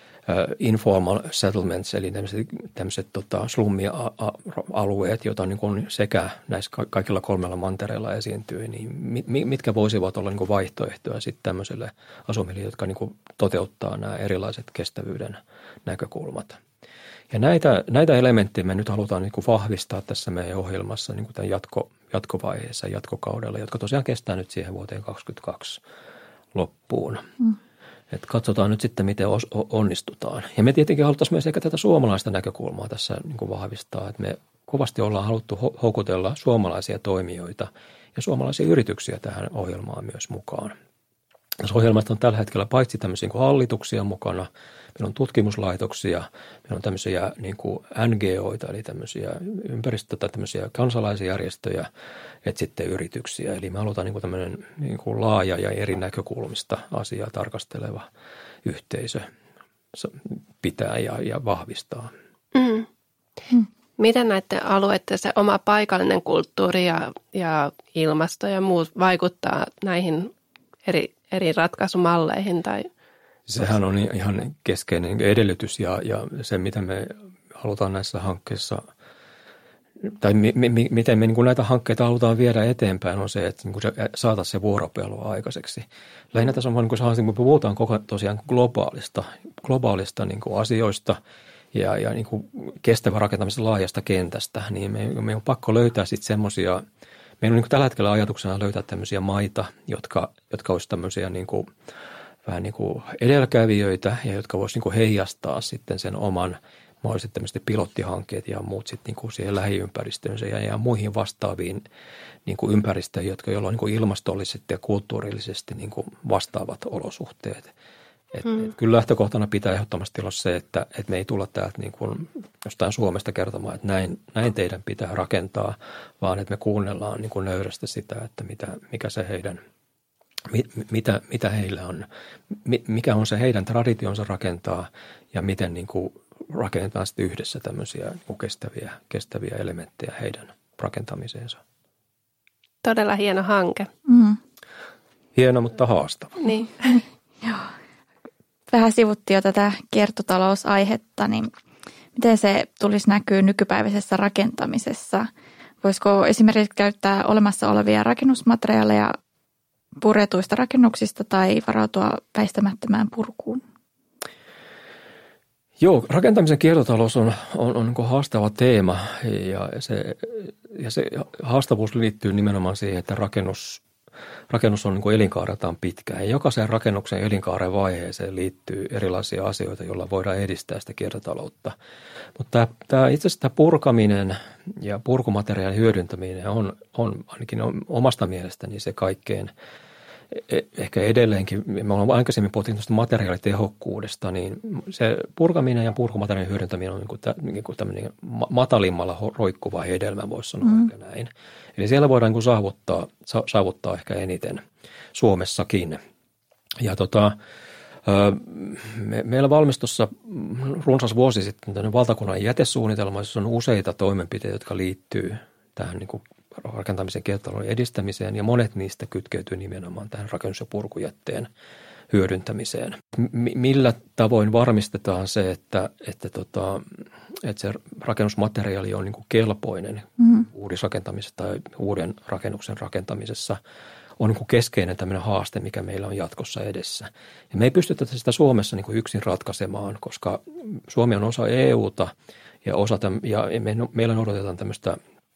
informal settlements, eli tämmöiset, tämmöiset tota, slummi-alueet, joita niin kuin sekä näissä kaikilla kolmella mantereella esiintyy, niin mitkä voisivat olla niin kuin vaihtoehtoja sitten tämmöiselle asumille, jotka niin kuin toteuttaa nämä erilaiset kestävyyden näkökulmat. Ja näitä, näitä elementtejä me nyt halutaan niin kuin vahvistaa tässä meidän ohjelmassa niin kuin tämän jatko, jatkovaiheessa, jatkokaudella, jotka tosiaan kestää nyt siihen vuoteen kaksikymmentäkaksi loppuun. Mm. Et katsotaan nyt sitten, miten onnistutaan. Ja me tietenkin haluttaisiin myös ehkä tätä suomalaista näkökulmaa tässä niin kuin vahvistaa, että me kovasti ollaan haluttu houkutella suomalaisia toimijoita ja suomalaisia yrityksiä tähän ohjelmaan myös mukaan. Tässä ohjelmassa on tällä hetkellä paitsi tämmöisiä kuin hallituksia mukana, meillä on tutkimuslaitoksia, meillä on tämmöisiä niin kuin N G O:ita, eli tämmöisiä ympäristö- tai tämmöisiä kansalaisjärjestöjä, että sitten yrityksiä. Eli me halutaan niin kuin tämmöinen niin kuin laaja ja eri näkökulmista asiaa tarkasteleva yhteisö pitää ja, ja vahvistaa. Mm. Mm. Miten näiden alueiden se oma paikallinen kulttuuri ja, ja ilmasto ja muut vaikuttaa näihin eri, eri ratkaisumalleihin? Tai? Sehän on ihan keskeinen edellytys ja, ja se, mitä me halutaan näissä hankkeissa, tai mi, mi, miten me niin kuin näitä hankkeita halutaan viedä eteenpäin, on se, että niin kuin se, saataisiin se vuoropuhelua aikaiseksi. Lähinnä tässä on vaan, niin kuin, kun me puhutaan koko, tosiaan globaalista, globaalista niin kuin asioista ja, ja niin kuin kestävän rakentamisen laajasta kentästä, niin me, me on pakko löytää sitten semmoisia. Meillä on niin kuin tällä hetkellä ajatuksena löytää tämmöisiä maita, jotka, jotka olisivat tämmöisiä niin kuin, vähän niin kuin edelläkävijöitä ja jotka voisivat niin kuin heijastaa sitten sen oman mahdollisesti tämmöiset pilottihankkeet ja muut sitten niin kuin siihen lähiympäristöönsä ja, ja muihin vastaaviin niin kuin ympäristöihin, jotka joilla on niin kuin ilmastollisesti ja kulttuurillisesti niin kuin vastaavat olosuhteet. Et, hmm. et kyllä lähtökohtana pitää ehdottomasti olla se, että et me ei tulla täältä niin kuin jostain Suomesta kertomaan, että näin, näin teidän pitää rakentaa, vaan että me kuunnellaan niin kuin nöyrästi sitä, että mitä, mikä se heidän, mit, mitä, mitä heillä on, mikä on se heidän traditionsa rakentaa ja miten niin kuin rakennetaan sitten yhdessä tämmöisiä niin kuin kestäviä, kestäviä elementtejä heidän rakentamiseensa. Todella hieno hanke. Mm. Hieno, mutta haastava. Niin. Joo. Vähän sivuttiin jo tätä kiertotalousaihetta, niin miten se tulisi näkyä nykypäiväisessä rakentamisessa? Voisiko esimerkiksi käyttää olemassa olevia rakennusmateriaaleja puretuista rakennuksista tai varautua väistämättömään purkuun? Joo, rakentamisen kiertotalous on, on, on niin haastava teema ja se, ja se haastavuus liittyy nimenomaan siihen, että rakennus, rakennus on niin elinkaareltaan pitkä. Ja jokaisen rakennuksen elinkaaren vaiheeseen liittyy erilaisia asioita, joilla voidaan edistää sitä kiertotaloutta. Mutta tämä, tämä itse asiassa tämä purkaminen ja purkumateriaalin hyödyntäminen on, on ainakin omasta mielestäni se kaikkein ehkä edelleenkin, me ollaan aikaisemmin puhuttu tuosta materiaalitehokkuudesta, niin se purkaminen ja purkumateriaalin hyödyntäminen on niin kuin tämmöinen matalimmalla roikkuva hedelmä, voisi sanoa mm. näin. Eli siellä voidaan niin saavuttaa, saavuttaa ehkä eniten Suomessakin. Ja tota, me, meillä valmistossa runsas vuosi sitten tämmöinen valtakunnan jätesuunnitelma, jossa on useita toimenpiteitä, jotka liittyy tähän niin kuin rakentamisen kiertotalouden edistämiseen, ja monet niistä kytkeytyy nimenomaan tähän rakennus- ja purkujätteen hyödyntämiseen. M- millä tavoin varmistetaan se, että, että, tota, että se rakennusmateriaali on niin kuin kelpoinen mm. uudisrakentamisessa tai uuden rakennuksen rakentamisessa, on niin kuin keskeinen tämmöinen haaste, mikä meillä on jatkossa edessä. Ja me ei pystytä sitä Suomessa niin kuin yksin ratkaisemaan, koska Suomi on osa E U:ta ja, osa täm, ja me, meillä odotetaan tämmöistä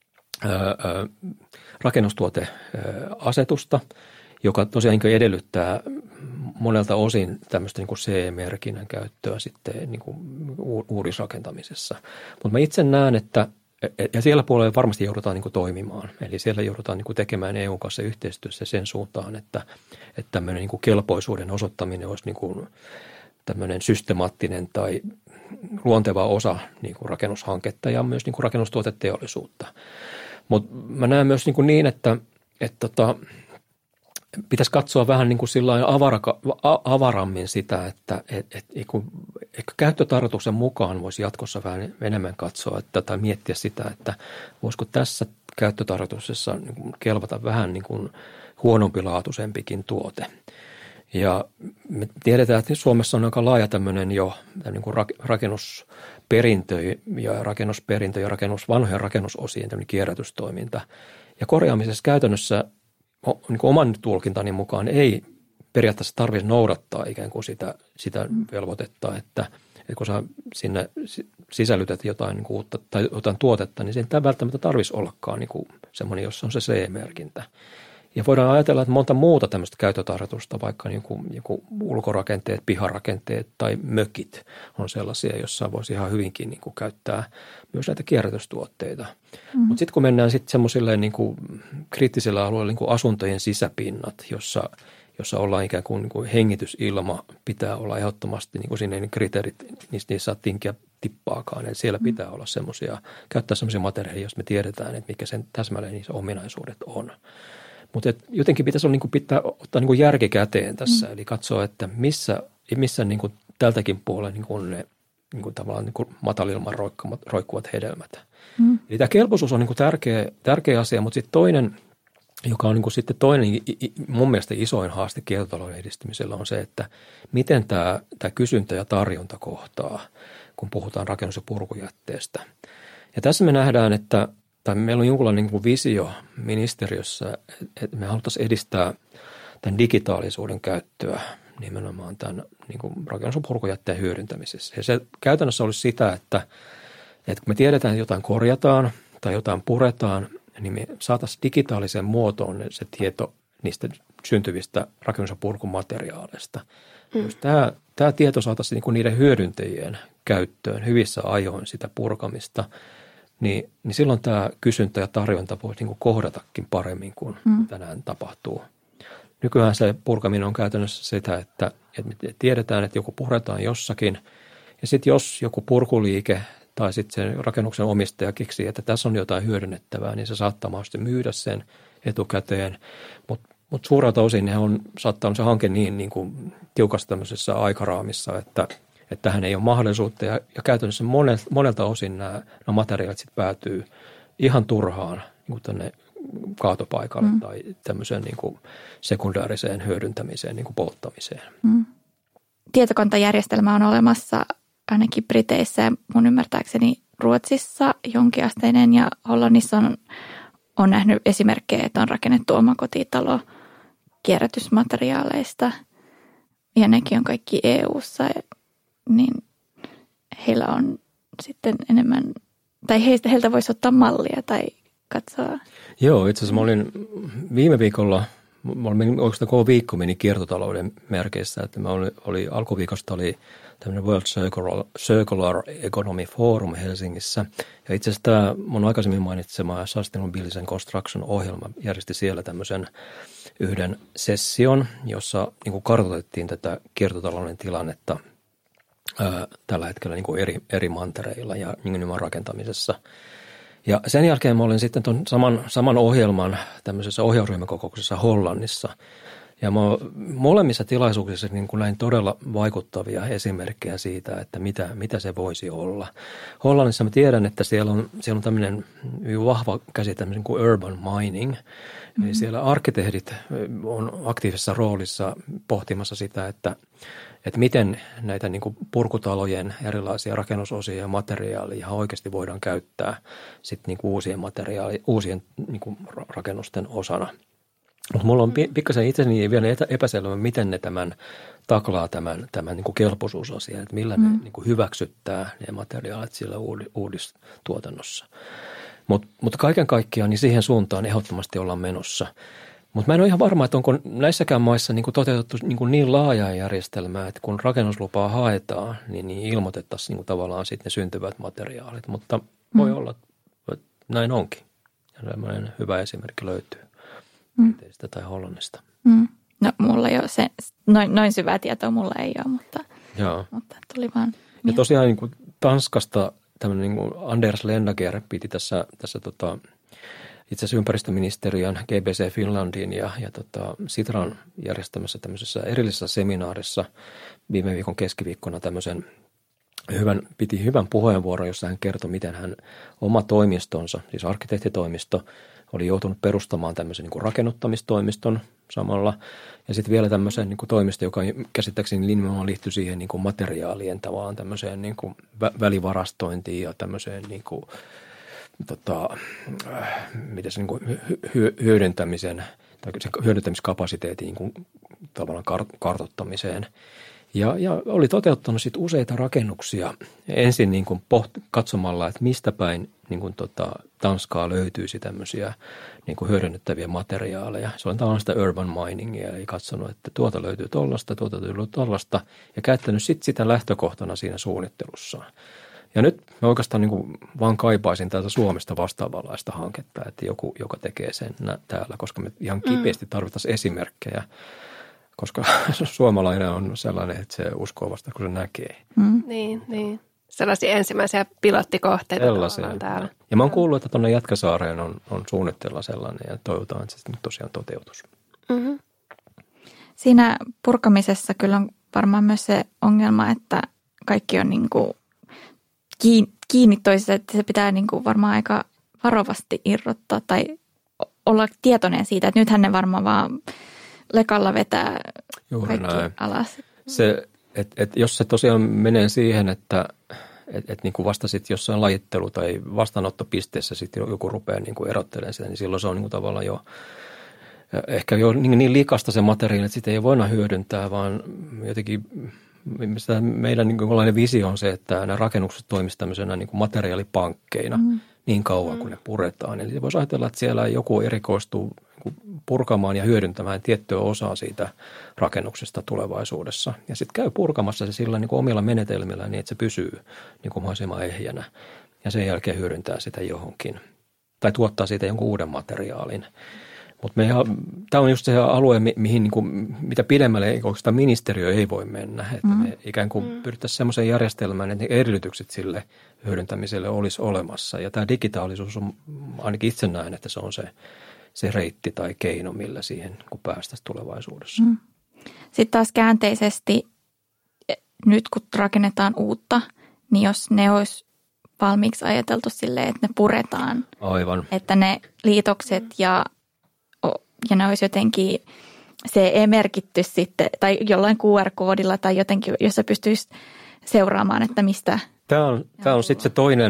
rakennustuoteasetusta, joka tosiaan edellyttää monelta osin tämmöistä niin kuin C E-merkinnän käyttöä sitten niin kuin uudisrakentamisessa. Mutta mä itse näen, että ja siellä puolella varmasti joudutaan niin kuin toimimaan. Eli siellä joudutaan niin kuin tekemään E U:n kanssa yhteistyössä sen suuntaan, että, että tämmöinen niin kuin kelpoisuuden osoittaminen olisi niin kuin tämmöinen systemaattinen tai luonteva osa niin kuin rakennushanketta ja myös niin kuin rakennustuoteteollisuutta. Mutta mä näen myös niin, niin että, että tota, pitäisi katsoa vähän niin kuin sillain avaraka, avarammin sitä, että et, et, et, ehkä käyttötarkoituksen mukaan voisi jatkossa vähän enemmän katsoa että, tai miettiä sitä, että voisiko tässä käyttötarkoituksessa niin kuin kelvata vähän niin kuin huonompilaatuisempikin tuote. Ja me tiedetään, että Suomessa on aika laaja tämmöinen jo niin kuin rakennusperintö ja rakennusperintö ja rakennus, vanhojen rakennusosien tämmöinen kierrätystoiminta. Ja korjaamisessa käytännössä niin kuin oman tulkintani mukaan ei periaatteessa tarvitse noudattaa ikään kuin sitä, sitä velvoitetta, että, että kun sä sinne sisällytät jotain niin kuin uutta tai jotain tuotetta, niin se ei välttämättä tarvitsisi ollakaan niin kuin semmoinen, jossa on se C E-merkintä. Ja voidaan ajatella, että monta muuta tämmöistä käyttötarkoitusta, vaikka joku, joku ulkorakenteet, piharakenteet tai mökit on sellaisia, joissa voisi ihan hyvinkin niin kuin käyttää myös näitä kierrätystuotteita. Mm. Mutta sitten kun mennään sitten semmoisille niin kuin kriittisillä alueilla niin kuin asuntojen sisäpinnat, jossa, jossa ollaan ikään kuin, niin kuin hengitysilma, pitää olla ehdottomasti niin kuin siinä ne kriteerit, niistä ei saa tinkiä tippaakaan. Eli siellä pitää olla semmoisia, käyttää semmoisia materiaaleja, jos me tiedetään, että mikä sen täsmälleen niissä ominaisuudet on. Mutta jotenkin pitäisi olla, niin kuin pitää ottaa niin kuin järki käteen tässä, mm. eli katsoa, että missä, missä niin kuin tältäkin puolella niin kuin ne niin kuin tavallaan niin kuin matalilman roikkuvat hedelmät. Mm. Eli tämä kelpoisuus on niin kuin tärkeä, tärkeä asia, mutta sitten toinen, joka on niin kuin sitten toinen mun mielestä isoin haaste kiertotalouden edistymisellä on se, että miten tämä, tämä kysyntä ja tarjonta kohtaa, kun puhutaan rakennus- ja purkujätteestä. Ja tässä me nähdään, että tai meillä on jonkunlainen niin kuin visio ministeriössä, että me haluttaisiin edistää tämän digitaalisuuden käyttöä nimenomaan tämän niin kuin rakennus- ja purkujätteen hyödyntämisessä. Ja se käytännössä olisi sitä, että, että kun me tiedetään, että jotain korjataan tai jotain puretaan, niin me saataisiin digitaaliseen muotoon se tieto niistä syntyvistä rakennus- ja purkumateriaaleista. Mm. Jos tämä, tämä tieto saataisiin niin kuin niiden hyödyntäjien käyttöön hyvissä ajoin sitä purkamista, Niin, niin silloin tämä kysyntä ja tarjonta voisi niin kuin kohdatakin paremmin kuin mm. tänään tapahtuu. Nykyään se purkaminen on käytännössä sitä, että, että me tiedetään, että joku puretaan jossakin. Ja sitten jos joku purkuliike tai sitten sen rakennuksen omistaja keksii, että tässä on jotain hyödynnettävää, niin se saattaa mahdollisesti myydä sen etukäteen. Mutta mut suurelta osin ne on, saattaa olla se hanke niin, niin kuin tiukassa tämmöisessä aikaraamissa, että että tähän ei ole mahdollisuutta ja, ja käytännössä monelta, monelta osin nämä, nämä materiaalit sitten päätyy ihan turhaan niin kuin tänne kaatopaikalle mm. tai tämmöiseen niin kuin sekundaariseen hyödyntämiseen, niin kuin polttamiseen. Mm. Tietokantajärjestelmä on olemassa ainakin Briteissä ja mun ymmärtääkseni Ruotsissa jonkinasteinen ja Hollannissa on, on nähnyt esimerkkejä, että on rakennettu omakotitalo kierrätysmateriaaleista ja nekin on kaikki E U:ssa, niin heillä on sitten enemmän, tai heistä, heiltä voisi ottaa mallia tai katsoa. Joo, itse asiassa mä olin viime viikolla, mä olin oikeastaan koko viikko meni kiertotalouden merkeissä, että mä olin, oli, alkuviikosta oli tämmöinen World Circular, Circular Economy Forum Helsingissä. Ja itse asiassa tämä mun aikaisemmin mainitsema Sustainability and Construction-ohjelma järjesti siellä tämmöisen yhden session, jossa niin kuin kartoitettiin tätä kiertotalouden tilannetta ää, tällä hetkellä niin kuin eri, eri mantereilla ja nimenomaan rakentamisessa. Ja sen jälkeen mä olin sitten tuon saman, saman ohjelman tämmöisessä ohjausryhmäkokouksessa Hollannissa. Ja mä molemmissa tilaisuuksissa niin kuin näin todella vaikuttavia esimerkkejä siitä, että mitä, mitä se voisi olla. Hollannissa mä tiedän, että siellä on, siellä on tämmöinen vahva käsite kuin urban mining. Mm-hmm. Eli siellä arkkitehdit on aktiivisessa roolissa pohtimassa sitä, että, että miten näitä niin kuin purkutalojen erilaisia rakennusosia ja materiaaleja ihan oikeasti voidaan käyttää sitten niin kuin uusien, materiaali, uusien niin kuin rakennusten osana. Mutta mulla on pikkasen itseni vielä epäselvä, miten ne tämän taklaa tämän, tämän niin kuin kelpoisuusasian, että millä mm. ne niin kuin hyväksyttää ne materiaalit siellä uudistuotannossa. Mutta mut kaiken kaikkiaan niin siihen suuntaan ehdottomasti ollaan menossa. Mutta mä en ole ihan varma, että onko näissäkään maissa niin kuin toteutettu niin, kuin niin laajaa järjestelmää, että kun rakennuslupaa haetaan, niin, niin ilmoitettaisiin niin kuin tavallaan sitten ne syntyvät materiaalit. Mutta voi mm. olla, että näin onkin. Ja sellainen hyvä esimerkki löytyy. Mm. Tai Hollannista. Mm. No mulla ei ole se, noin, noin syvää tietoa mulla ei ole, mutta, mutta tuli vaan mieleen. Ja tosiaan niin kuin Tanskasta tämmöinen niin kuin Anders Lendager piti tässä, tässä tota, itse asiassa ympäristöministeriön G B C Finlandin ja, ja tota, Sitran järjestämässä tämmöisessä erillisessä seminaarissa viime viikon keskiviikkona tämmöisen hyvän, piti hyvän puheenvuoron, jossa hän kertoi, miten hän oma toimistonsa, siis arkkitehtitoimisto, oli joutunut perustamaan tämmöisen niin kuin rakennuttamistoimiston samalla ja sitten vielä tämmöisen niin kuin toimisto, joka käsittääkseni nimenomaan liittyy siihen niin kuin materiaalien tavallaan tämmöiseen niin kuin vä- välivarastointiin ja tämmöiseen niin kuin, tota, äh, miten se niin kuin hy- hyödyntämisen tai hyödyntämiskapasiteetin niin kuin tavallaan kart- kartoittamiseen. Ja, ja oli toteuttanut sitten useita rakennuksia ensin niin kuin poht- katsomalla, että mistä päin niin kuin tota, Tanskaa löytyisi tämmöisiä niin kuin hyödynnettäviä materiaaleja. Se on tällaista urban miningia, eli katsonut, että tuota löytyy tollasta, tuota löytyy tollasta ja käyttänyt sitten sitä lähtökohtana siinä suunnittelussaan. Ja nyt mä oikeastaan niin kuin vaan kaipaisin täältä Suomesta vastaavanlaista hanketta, että joku, joka tekee sen täällä, koska me ihan kipeästi tarvittaisiin esimerkkejä. Koska suomalainen on sellainen, että se uskoo vasta, kun se näkee. Mm. Niin, niin. Sellaisia ensimmäisiä pilottikohteita on täällä. Ja mä oon kuullut, että tuonne Jätkäsaareen on, on suunnitteilla sellainen ja toivotaan, että se nyt tosiaan toteutus. Mm-hmm. Siinä purkamisessa kyllä on varmaan myös se ongelma, että kaikki on niin kuin kiinni toisessa, että se pitää niin kuin varmaan aika varovasti irrottaa tai olla tietoinen siitä, että nythän ne varmaan vaan lekalla vetää Juuri kaikki näin. Alas. Se, et, et jos se tosiaan menee siihen, että et, et niin kuin vasta sitten jossain lajittelu- tai vastaanottopisteessä sitten joku rupeaa niin kuin erottelemaan sitä, niin silloin se on niin kuin tavallaan jo ehkä jo niin, niin likasta se materiaali, että sitä ei voida hyödyntää, vaan jotenkin meidän niin kuin visio on se, että nämä rakennukset toimisivat tämmöisenä niin kuin materiaalipankkeina mm. niin kauan, mm. kun ne puretaan. Eli voisi ajatella, että siellä joku erikoistuu purkamaan ja hyödyntämään tiettyä osaa siitä rakennuksesta tulevaisuudessa. Ja sitten käy purkamassa se sillä niin kuin omilla menetelmillä niin, että se pysyy niin kuin mahdollisimman ehjänä. Ja sen jälkeen hyödyntää sitä johonkin. Tai tuottaa siitä jonkun uuden materiaalin. Mutta tämä on just se alue, mihin, niin kuin, mitä pidemmälle oikeastaan ministeriö ei voi mennä. Että mm. me ikään kuin mm. pyrittäisiin semmoiseen järjestelmään, että ne edellytykset sille hyödyntämiselle olisi olemassa. Ja tämä digitaalisuus on, ainakin itse näen, että se on se, se reitti tai keino, millä siihen kun päästäisiin tulevaisuudessa. Mm. Sitten taas käänteisesti, nyt kun rakennetaan uutta, niin jos ne olisi valmiiksi ajateltu silleen, että ne puretaan. Aivan. Että ne liitokset ja Ja ne olisi jotenkin C E-merkitty sitten, tai jollain Q R-koodilla tai jotenkin, jossa pystyisi seuraamaan, että mistä. Tämä on, tämä on sitten se toinen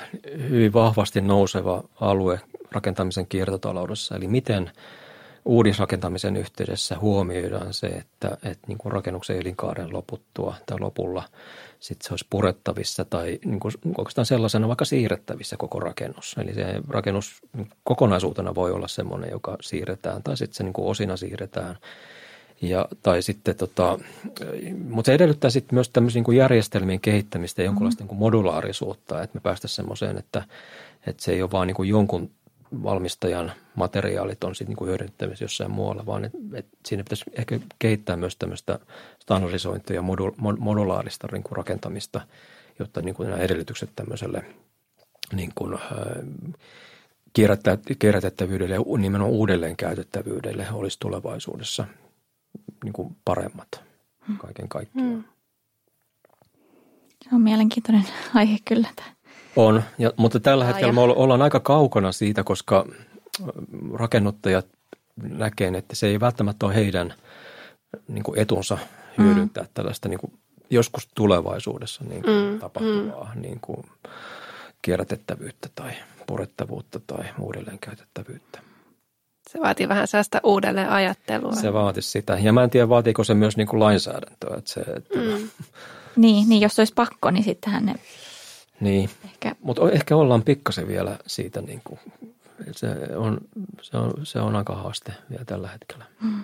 hyvin vahvasti nouseva alue rakentamisen kiertotaloudessa, eli miten uudisrakentamisen yhteydessä huomioidaan se, että, että niin kuin rakennuksen elinkaaren loputtua tai lopulla sitten se olisi purettavissa tai niin kuin oikeastaan sellaisena vaikka siirrettävissä koko rakennus. Eli se rakennus kokonaisuutena voi olla semmoinen, joka siirretään tai sitten se niin kuin osina siirretään. Ja, tai sitten tota, mutta se edellyttää sitten myös tämmöisen niin kuin järjestelmien kehittämistä ja jonkunlaista niin kuin modulaarisuutta, että me päästäisiin semmoiseen, että, että se ei ole vaan niin kuin jonkun valmistajan materiaalit on sitten niin kuin hyödynnettävissä jossain muualla, vaan että, että siinä pitäisi ehkä kehittää myös tämmöistä standardisointia ja modu, modulaarista niin kuin rakentamista, jotta niin kuin nämä edellytykset tämmöiselle niin kuin, äh, kierrätettävyydelle ja nimenomaan uudelleen käytettävyydelle olisi tulevaisuudessa niin kuin paremmat kaiken kaikkiaan. Hmm. Se on mielenkiintoinen aihe kyllä tämä. On, ja, mutta tällä hetkellä me ollaan aika kaukana siitä, koska rakennuttajat näkee, että se ei välttämättä ole heidän niin kuin etunsa hyödyntää mm. tällaista niin kuin joskus tulevaisuudessa niin kuin mm. tapahtuvaa mm. niin kuin kierrätettävyyttä tai purettavuutta tai uudelleenkäytettävyyttä. Se vaatii vähän sellaista uudelleen ajattelua. Se vaatii sitä. Ja mä en tiedä, vaatiiko se myös niin kuin lainsäädäntöä. Että se, että mm. niin, niin, jos olisi pakko, niin sittenhän ne... Niin, ehkä. Mutta ehkä ollaan pikkasen vielä siitä, niin kuin, se, on, se, on, se on aika haaste vielä tällä hetkellä. Mm.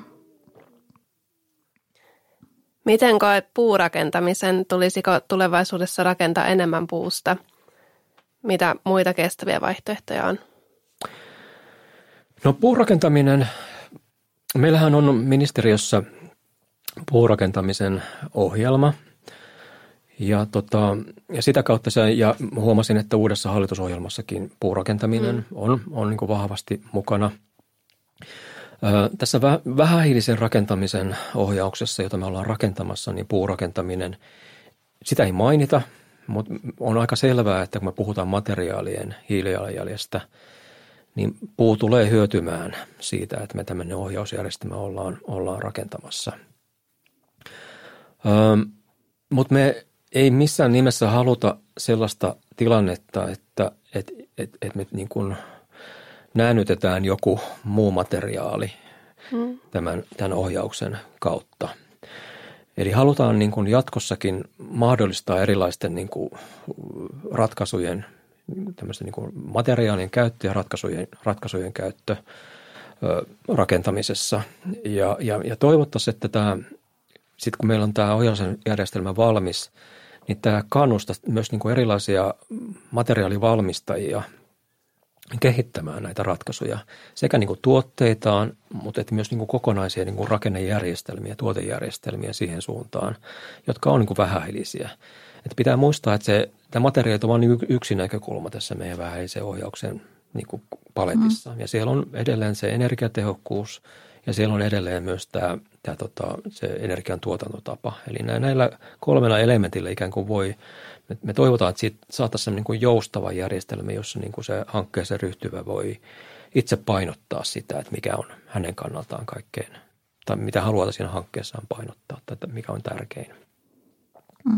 Miten koet puurakentamisen? Tulisiko tulevaisuudessa rakentaa enemmän puusta? Mitä muita kestäviä vaihtoehtoja on? No puurakentaminen, meillähän on ministeriössä puurakentamisen ohjelma. Ja, tota, ja sitä kautta se, ja huomasin, että uudessa hallitusohjelmassakin puurakentaminen mm. on, on niin kuin vahvasti mukana. Ö, tässä vä, vähähiilisen rakentamisen ohjauksessa, jota me ollaan rakentamassa, niin puurakentaminen, sitä ei mainita, mutta on aika selvää, että kun me puhutaan materiaalien hiilijalanjäljestä, niin puu tulee hyötymään siitä, että me tämmöinen ohjausjärjestelmä ollaan, ollaan rakentamassa. Ö, mutta me ei missään nimessä haluta sellaista tilannetta, että et, et, et me niin kuin näännytetään joku muu materiaali mm. tämän, tämän ohjauksen kautta. Eli halutaan niin kuin jatkossakin mahdollistaa erilaisten niin kuin ratkaisujen, tämmöisten niin kuin materiaalien käyttö ja ratkaisujen, ratkaisujen käyttö ö, rakentamisessa. Ja, ja, ja toivottaisiin, että tämä, sitten kun meillä on tämä ohjausjärjestelmä valmis, niin tämä kannustaa myös niin kuin erilaisia materiaalivalmistajia kehittämään näitä ratkaisuja sekä niin kuin tuotteitaan, mutta että myös niin kuin kokonaisia niin kuin rakennejärjestelmiä, tuotejärjestelmiä siihen suuntaan, jotka on niin kuin vähähiilisiä. Että pitää muistaa, että se, tämä materiaalit on vain yksi näkökulma tässä meidän vähähiilisen ohjauksen niin kuin paletissa. Mm. Ja siellä on edelleen se energiatehokkuus ja siellä on edelleen myös tämä, tämä tota, se energian tuotantotapa. Eli näillä kolmella elementillä ikään kuin voi, me, me toivotaan, että siitä saataisiin niin kuin joustava järjestelmä, jossa niin kuin se hankkeeseen ryhtyvä voi itse painottaa sitä, että mikä on hänen kannaltaan kaikkein, tai mitä haluaa siinä hankkeessaan painottaa, tai mikä on tärkein. Mm.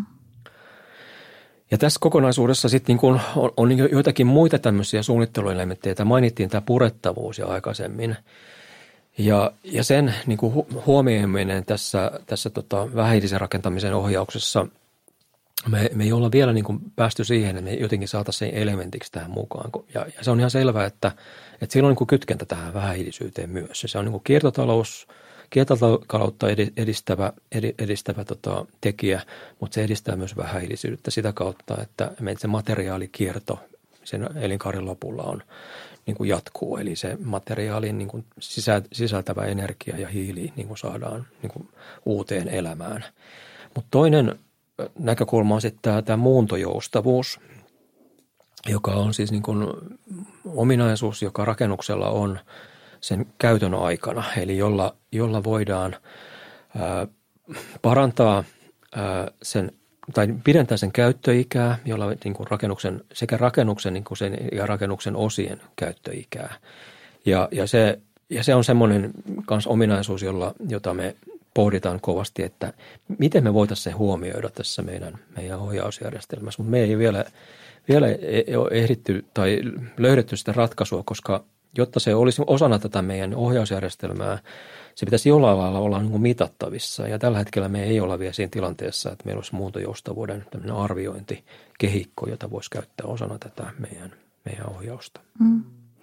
Ja tässä kokonaisuudessa sitten niin kuin on, on joitakin muita tämmöisiä suunnitteluelementtejä. Mainittiin tämä purettavuus jo aikaisemmin. Ja, ja sen niin kuin huomioiminen tässä, tässä tota vähähiilisen rakentamisen ohjauksessa, me, me ei olla vielä niin kuin päästy siihen, että me jotenkin saataisiin sen elementiksi tähän mukaan. Ja, ja se on ihan selvää, että, että siinä on niin kuin kytkentä tähän vähähiilisyyteen myös. Se on niin kuin kiertotalous, kiertotaloutta edistävä, edistävä tota, tekijä, mutta se edistää myös vähähiilisyyttä sitä kautta, että meidän se materiaalikierto sen elinkaaren lopulla on niin kuin jatkuu. Eli se materiaalin niin kuin sisältävä energia ja hiili niin kuin saadaan niin kuin uuteen elämään. Mutta toinen näkökulma on sitten tämä, tämä muuntojoustavuus, joka on siis niin kuin ominaisuus, joka rakennuksella on sen käytön aikana. Eli jolla, jolla voidaan ää, parantaa ää, sen tai pidentää sen käyttöikää, jolla niin kuin rakennuksen, sekä rakennuksen niin kuin sen, ja rakennuksen osien käyttöikää. Ja, ja, se, ja se on semmoinen kans ominaisuus, jolla, jota me pohditaan kovasti, että miten me voitaisiin se huomioida tässä meidän, meidän ohjausjärjestelmässä. Mutta me ei vielä, vielä ole ehditty tai löydetty sitä ratkaisua, koska jotta se olisi osana tätä meidän ohjausjärjestelmää, se pitäisi jollain lailla olla niin kuin mitattavissa. Ja tällä hetkellä me ei olla vielä siinä tilanteessa, että meillä olisi muuntojoustavuuden tämmöinen arviointikehikko, jota voisi käyttää osana tätä meidän, meidän ohjausta. Mm.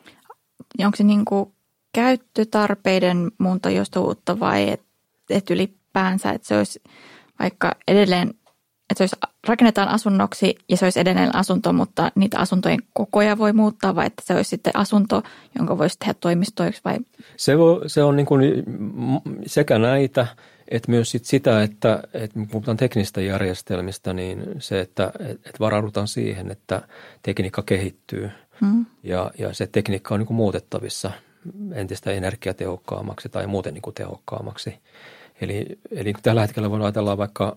Onko se niin kuin käyttötarpeiden muuntojoustavuutta vai että et ylipäänsä, että se olisi vaikka edelleen, että se olisi, rakennetaan asunnoksi ja se olisi edelleen asunto, mutta niitä asuntojen kokoja voi muuttaa vai että se olisi sitten asunto, jonka voisi tehdä toimistoiksi vai? Se, voi, se on niin kuin sekä näitä, että myös sit sitä, että, että kun puhutaan teknisistä järjestelmistä, niin se, että, että varaudutaan siihen, että tekniikka kehittyy hmm. ja, ja se tekniikka on niin kuin muutettavissa entistä energiatehokkaammaksi tai muuten niin kuin tehokkaammaksi. Eli, eli tällä hetkellä voidaan ajatella vaikka,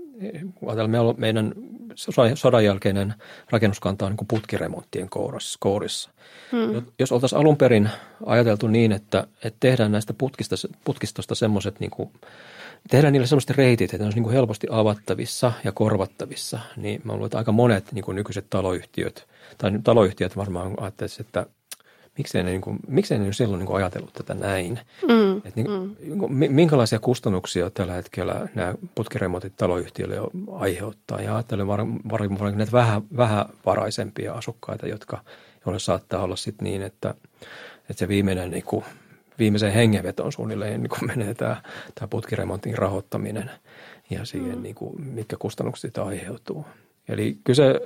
ajatella meidän sodan jälkeinen rakennuskanta on niin kuin putkiremonttien kourissa. Hmm. Jos oltaisiin alun perin ajateltu niin, että, että tehdään näistä putkista, putkistosta semmoiset, niin kuin, tehdään niille semmoiset reitit, että ne olisi niin kuin helposti avattavissa ja korvattavissa, niin mä luulen, että aika monet niin kuin nykyiset taloyhtiöt, tai taloyhtiöt varmaan ajattelisivat, että Miksei ne, niin kuin, miksei ne silloin niin kuin ajatellut tätä näin? Mm, Et niin, mm. Minkälaisia kustannuksia tällä hetkellä nämä putkiremontit taloyhtiöille aiheuttaa? Ja ajattelen varmaan var, näitä vähän, vähävaraisempia asukkaita, jotka, joille saattaa olla sit niin, että, että se viimeinen, niin kuin, viimeisen hengenveton suunnilleen niin kuin menee tämä, tämä putkiremontin rahoittaminen ja siihen, mm. niin kuin, mitkä kustannukset siitä aiheutuu. Eli kyllä se...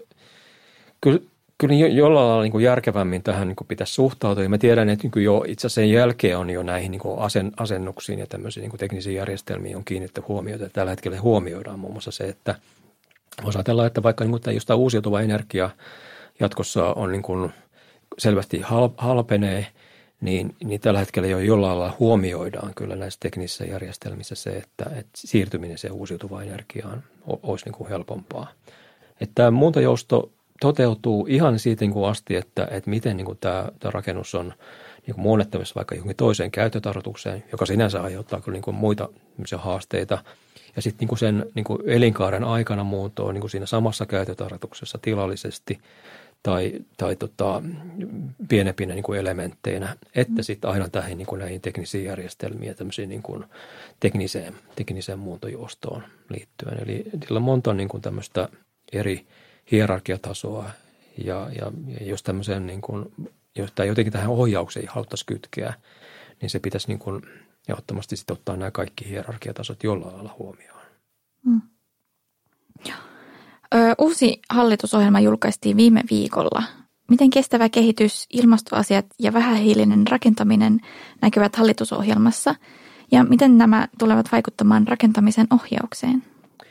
Kyllä, Kyllä jollain lailla niin kuin järkevämmin tähän niin kuin pitäisi suhtautua. Ja mä tiedän, että niin jo itse asiassa sen jälkeen on jo näihin niin kuin asennuksiin ja tämmöisiin niin kuin teknisiin järjestelmiin on kiinnitetty huomiota. Tällä hetkellä huomioidaan muun muassa se, että voisi ajatella, että vaikka niin kuin tämä uusiutuva energia jatkossa on niin kuin selvästi halpenee, niin, niin tällä hetkellä jo jollain lailla huomioidaan kyllä näissä teknisissä järjestelmissä se, että, että siirtyminen se uusiutuvaan energiaan olisi niin kuin helpompaa. Että tämä muuntojousto toteutuu ihan siitä niin kuin asti, että, että miten niin kuin tämä, tämä rakennus on niin kuin muunnettavissa vaikka johonkin toiseen käyttötarkoitukseen, joka sinänsä aiheuttaa kyllä niin kuin muita haasteita. Ja sitten niin kuin sen niin kuin elinkaaren aikana muuntoon niin kuin siinä samassa käyttötarkoituksessa tilallisesti tai, tai tota, pienempinä niin kuin elementteinä, että sitten aina tähän niin kuin näihin teknisiin järjestelmiin ja tämmöisiin niin kuin tekniseen, tekniseen muuntojoustoon liittyen. Eli sillä on monta niin kuin tämmöistä eri hierarkiatasoa ja, ja, ja jos tämmöiseen niin kuin, jos tämä jotenkin tähän ohjaukseen haluttaisiin kytkeä, niin se pitäisi niin kuin ehdottomasti sitten ottaa nämä kaikki hierarkiatasot jollain lailla huomioon. Mm. Ö, uusi hallitusohjelma julkaistiin viime viikolla. Miten kestävä kehitys, ilmastoasiat ja vähähiilinen rakentaminen näkyvät hallitusohjelmassa ja miten nämä tulevat vaikuttamaan rakentamisen ohjaukseen?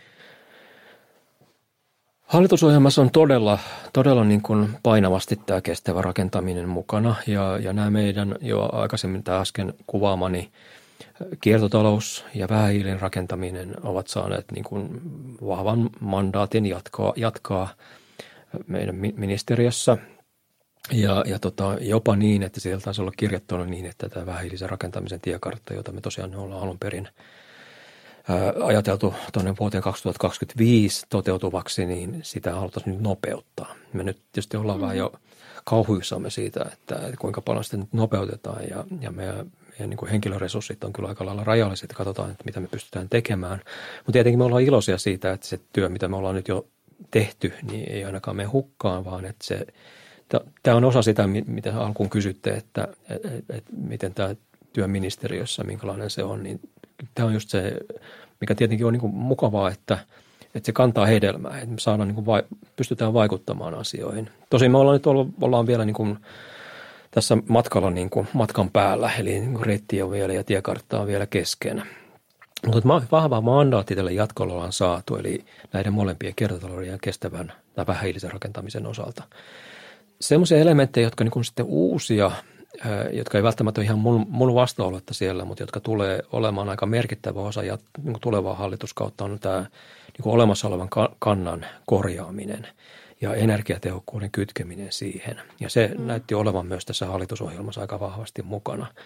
Hallitusohjelmassa on todella, todella niin kuin painavasti tämä kestävä rakentaminen mukana ja, ja nämä meidän jo aikaisemmin tämä äsken kuvaamani kiertotalous ja vähähiilinen rakentaminen ovat saaneet niin kuin vahvan mandaatin jatkaa, jatkaa meidän ministeriössä ja, ja tota, jopa niin, että sieltä taisi olla kirjattuna niin, että tämä vähähiilisen rakentamisen tiekartta, jota me tosiaan ollaan alun perin ajateltu tuonne vuoteen kaksituhattakaksikymmentäviisi toteutuvaksi, niin sitä haluttaisiin nyt nopeuttaa. Me nyt tietysti ollaan mm-hmm. vähän jo kauhuissamme siitä, että, että kuinka paljon sitä nyt nopeutetaan ja, ja meidän, meidän niin kuin henkilöresurssit on kyllä aika lailla rajalliset, että katsotaan, että mitä me pystytään tekemään. Mutta tietenkin me ollaan iloisia siitä, että se työ, mitä me ollaan nyt jo tehty, niin ei ainakaan mene hukkaan, vaan että se, tämä on osa sitä, mitä alkuun kysytte, että, että, että miten tämä työ ministeriössä, minkälainen se on, niin tämä on just se, mikä tietenkin on niin kuin mukavaa, että, että se kantaa hedelmää, että me saadaan niin kuin vai, pystytään vaikuttamaan asioihin. Tosin me ollaan nyt ollut, ollaan vielä niin kuin tässä matkalla niin kuin matkan päällä, eli niin kuin reitti on vielä ja tiekartta on vielä kesken. Mutta vahva mandaatti tälle jatkolle ollaan saatu, eli näiden molempien kiertotalouden ja kestävän tai vähähiilisen rakentamisen osalta. Sellaisia elementtejä, jotka niin kuin sitten uusia, jotka ei välttämättä ole ihan mun, mun vastaolotta siellä, mutta jotka tulee olemaan aika merkittävä osa ja niin kuin tulevaa hallituskautta on tämä niin kuin olemassa olevan kannan korjaaminen ja energiatehokkuuden kytkeminen siihen. Ja se mm. näytti olevan myös tässä hallitusohjelmassa aika vahvasti mukana.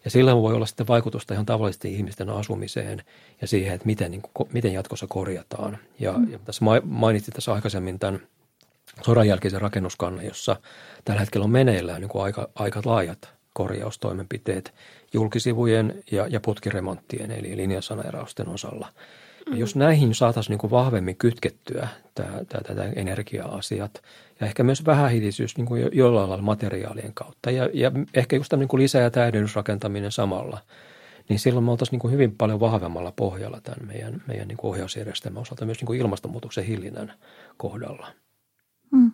Ja sillä voi olla sitten vaikutusta ihan tavallisten ihmisten asumiseen ja siihen, että miten, niin kuin, miten jatkossa korjataan. Ja, mm. ja tässä mainitsin tässä aikaisemmin tämän sodan jälkeisen rakennuskannan, jossa tällä hetkellä on meneillään niin kuin aika, aika laajat korjaustoimenpiteet julkisivujen ja, ja putkiremonttien eli linjasaneerausten osalla. Ja jos näihin saataisiin niin kuin vahvemmin kytkettyä tämä, tämä, tämä energia-asiat ja ehkä myös vähähiilisyys niin kuin jollain lailla materiaalien kautta ja, ja ehkä just niin kuin lisä- ja täydennysrakentaminen samalla, niin silloin me oltaisiin niin kuin hyvin paljon vahvemmalla pohjalla tämän meidän, meidän niin kuin ohjausjärjestelmän osalta myös niin kuin ilmastonmuutoksen hillinnän kohdalla. Hmm.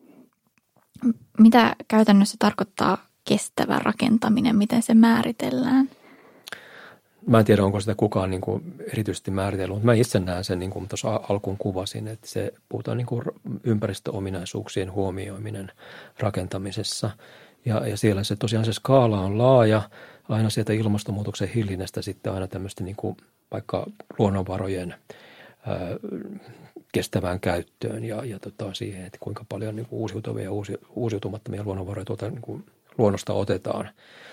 Mitä käytännössä tarkoittaa kestävä rakentaminen? Miten se määritellään? Mä en tiedä, onko sitä kukaan niin kuin erityisesti määritellyt, mutta mä itse näen sen, niin kuin tuossa alkuun kuvasin, että se puhutaan niin kuin ympäristöominaisuuksien huomioiminen rakentamisessa. Ja, ja siellä se tosiaan se skaala on laaja, aina sieltä ilmastonmuutoksen hillinnästä sitten aina tämmöistä niin kuin vaikka luonnonvarojen ää, kestävään käyttöön ja, ja tota siihen, että kuinka paljon niin kuin uusiutuvia ja uusi, uusiutumattomia luonnonvaroja tuota, niin kuin luonnosta otetaan.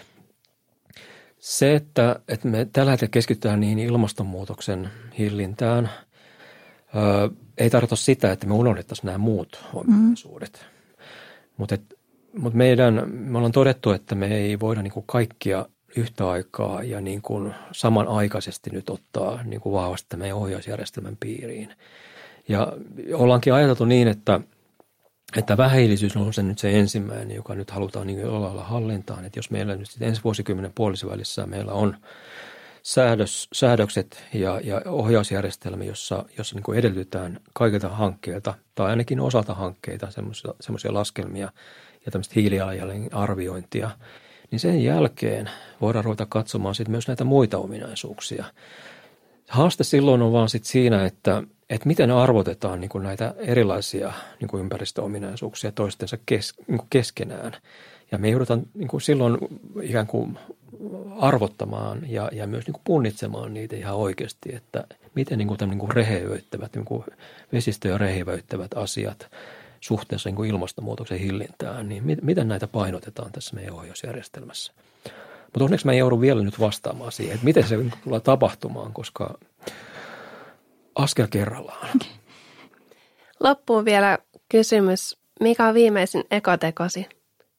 Se, että, että me tällä hetkellä keskitytään niihin ilmastonmuutoksen hillintään, ää, ei tarkoita sitä, että me unohdettaisiin nämä muut ominaisuudet. Mm. Mutta mut meidän, me ollaan todettu, että me ei voida niin kuin kaikkia yhtä aikaa ja niin kuin samanaikaisesti nyt ottaa niin kuin vahvasti tämän meidän ohjausjärjestelmän piiriin. Ja ollaankin ajateltu niin, että Että vähähiilisyys on se nyt se ensimmäinen, joka nyt halutaan niin jollain lailla hallintaan. Että jos meillä nyt sitten ensi vuosikymmenen puolivälissä meillä on säädös, säädökset ja, ja ohjausjärjestelmä, jossa, jossa niin kuin edellytetään kaikilta hankkeilta tai ainakin osalta hankkeita semmoisia laskelmia ja tämmöistä hiilijalanjäljen arviointia, niin sen jälkeen voidaan ruveta katsomaan sitten myös näitä muita ominaisuuksia. Haaste silloin on vaan sitten siinä, että että miten arvotetaan niin kuin näitä erilaisia niin kuin ympäristöominaisuuksia toistensa kes, niin kuin keskenään. Ja me joudutaan niin kuin silloin ikään kuin arvottamaan ja, ja myös niin kuin punnitsemaan niitä ihan oikeasti, että miten niin kuin tämän niin kuin rehevöittävät, niin kuin vesistöjä rehevöittävät asiat suhteessa niin kuin ilmastonmuutoksen hillintään, niin mit, miten näitä painotetaan tässä meidän ohjausjärjestelmässä. Mutta onneksi mä en joudu vielä nyt vastaamaan siihen, että miten se tulee tapahtumaan, koska askel kerrallaan. Loppuun vielä kysymys. Mikä on viimeisin ekotekosi?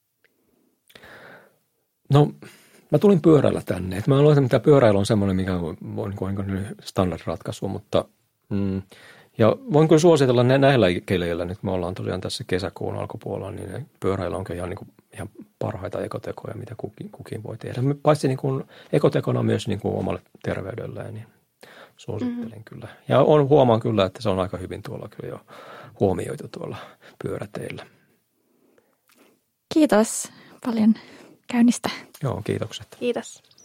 No, mä tulin pyörällä tänne. Et mä luulen, että pyöräily on semmoinen, mikä on, on, on, on standardratkaisu, mutta mm, ja voin kyllä suositella näillä keleillä, nyt me ollaan tosiaan tässä kesäkuun alkupuolella, niin pyöräily onkin ihan, niin kuin, ihan parhaita ekotekoja, mitä kukin, kukin voi tehdä. Paitsi niin kuin ekotekona myös niin kuin omalle terveydelleen, niin suosittelen mm-hmm. kyllä. Ja on, huomaan kyllä, että se on aika hyvin tuolla kyllä jo huomioitu tuolla pyöräteillä. Kiitos paljon käynnistä. Joo, kiitokset. Kiitos.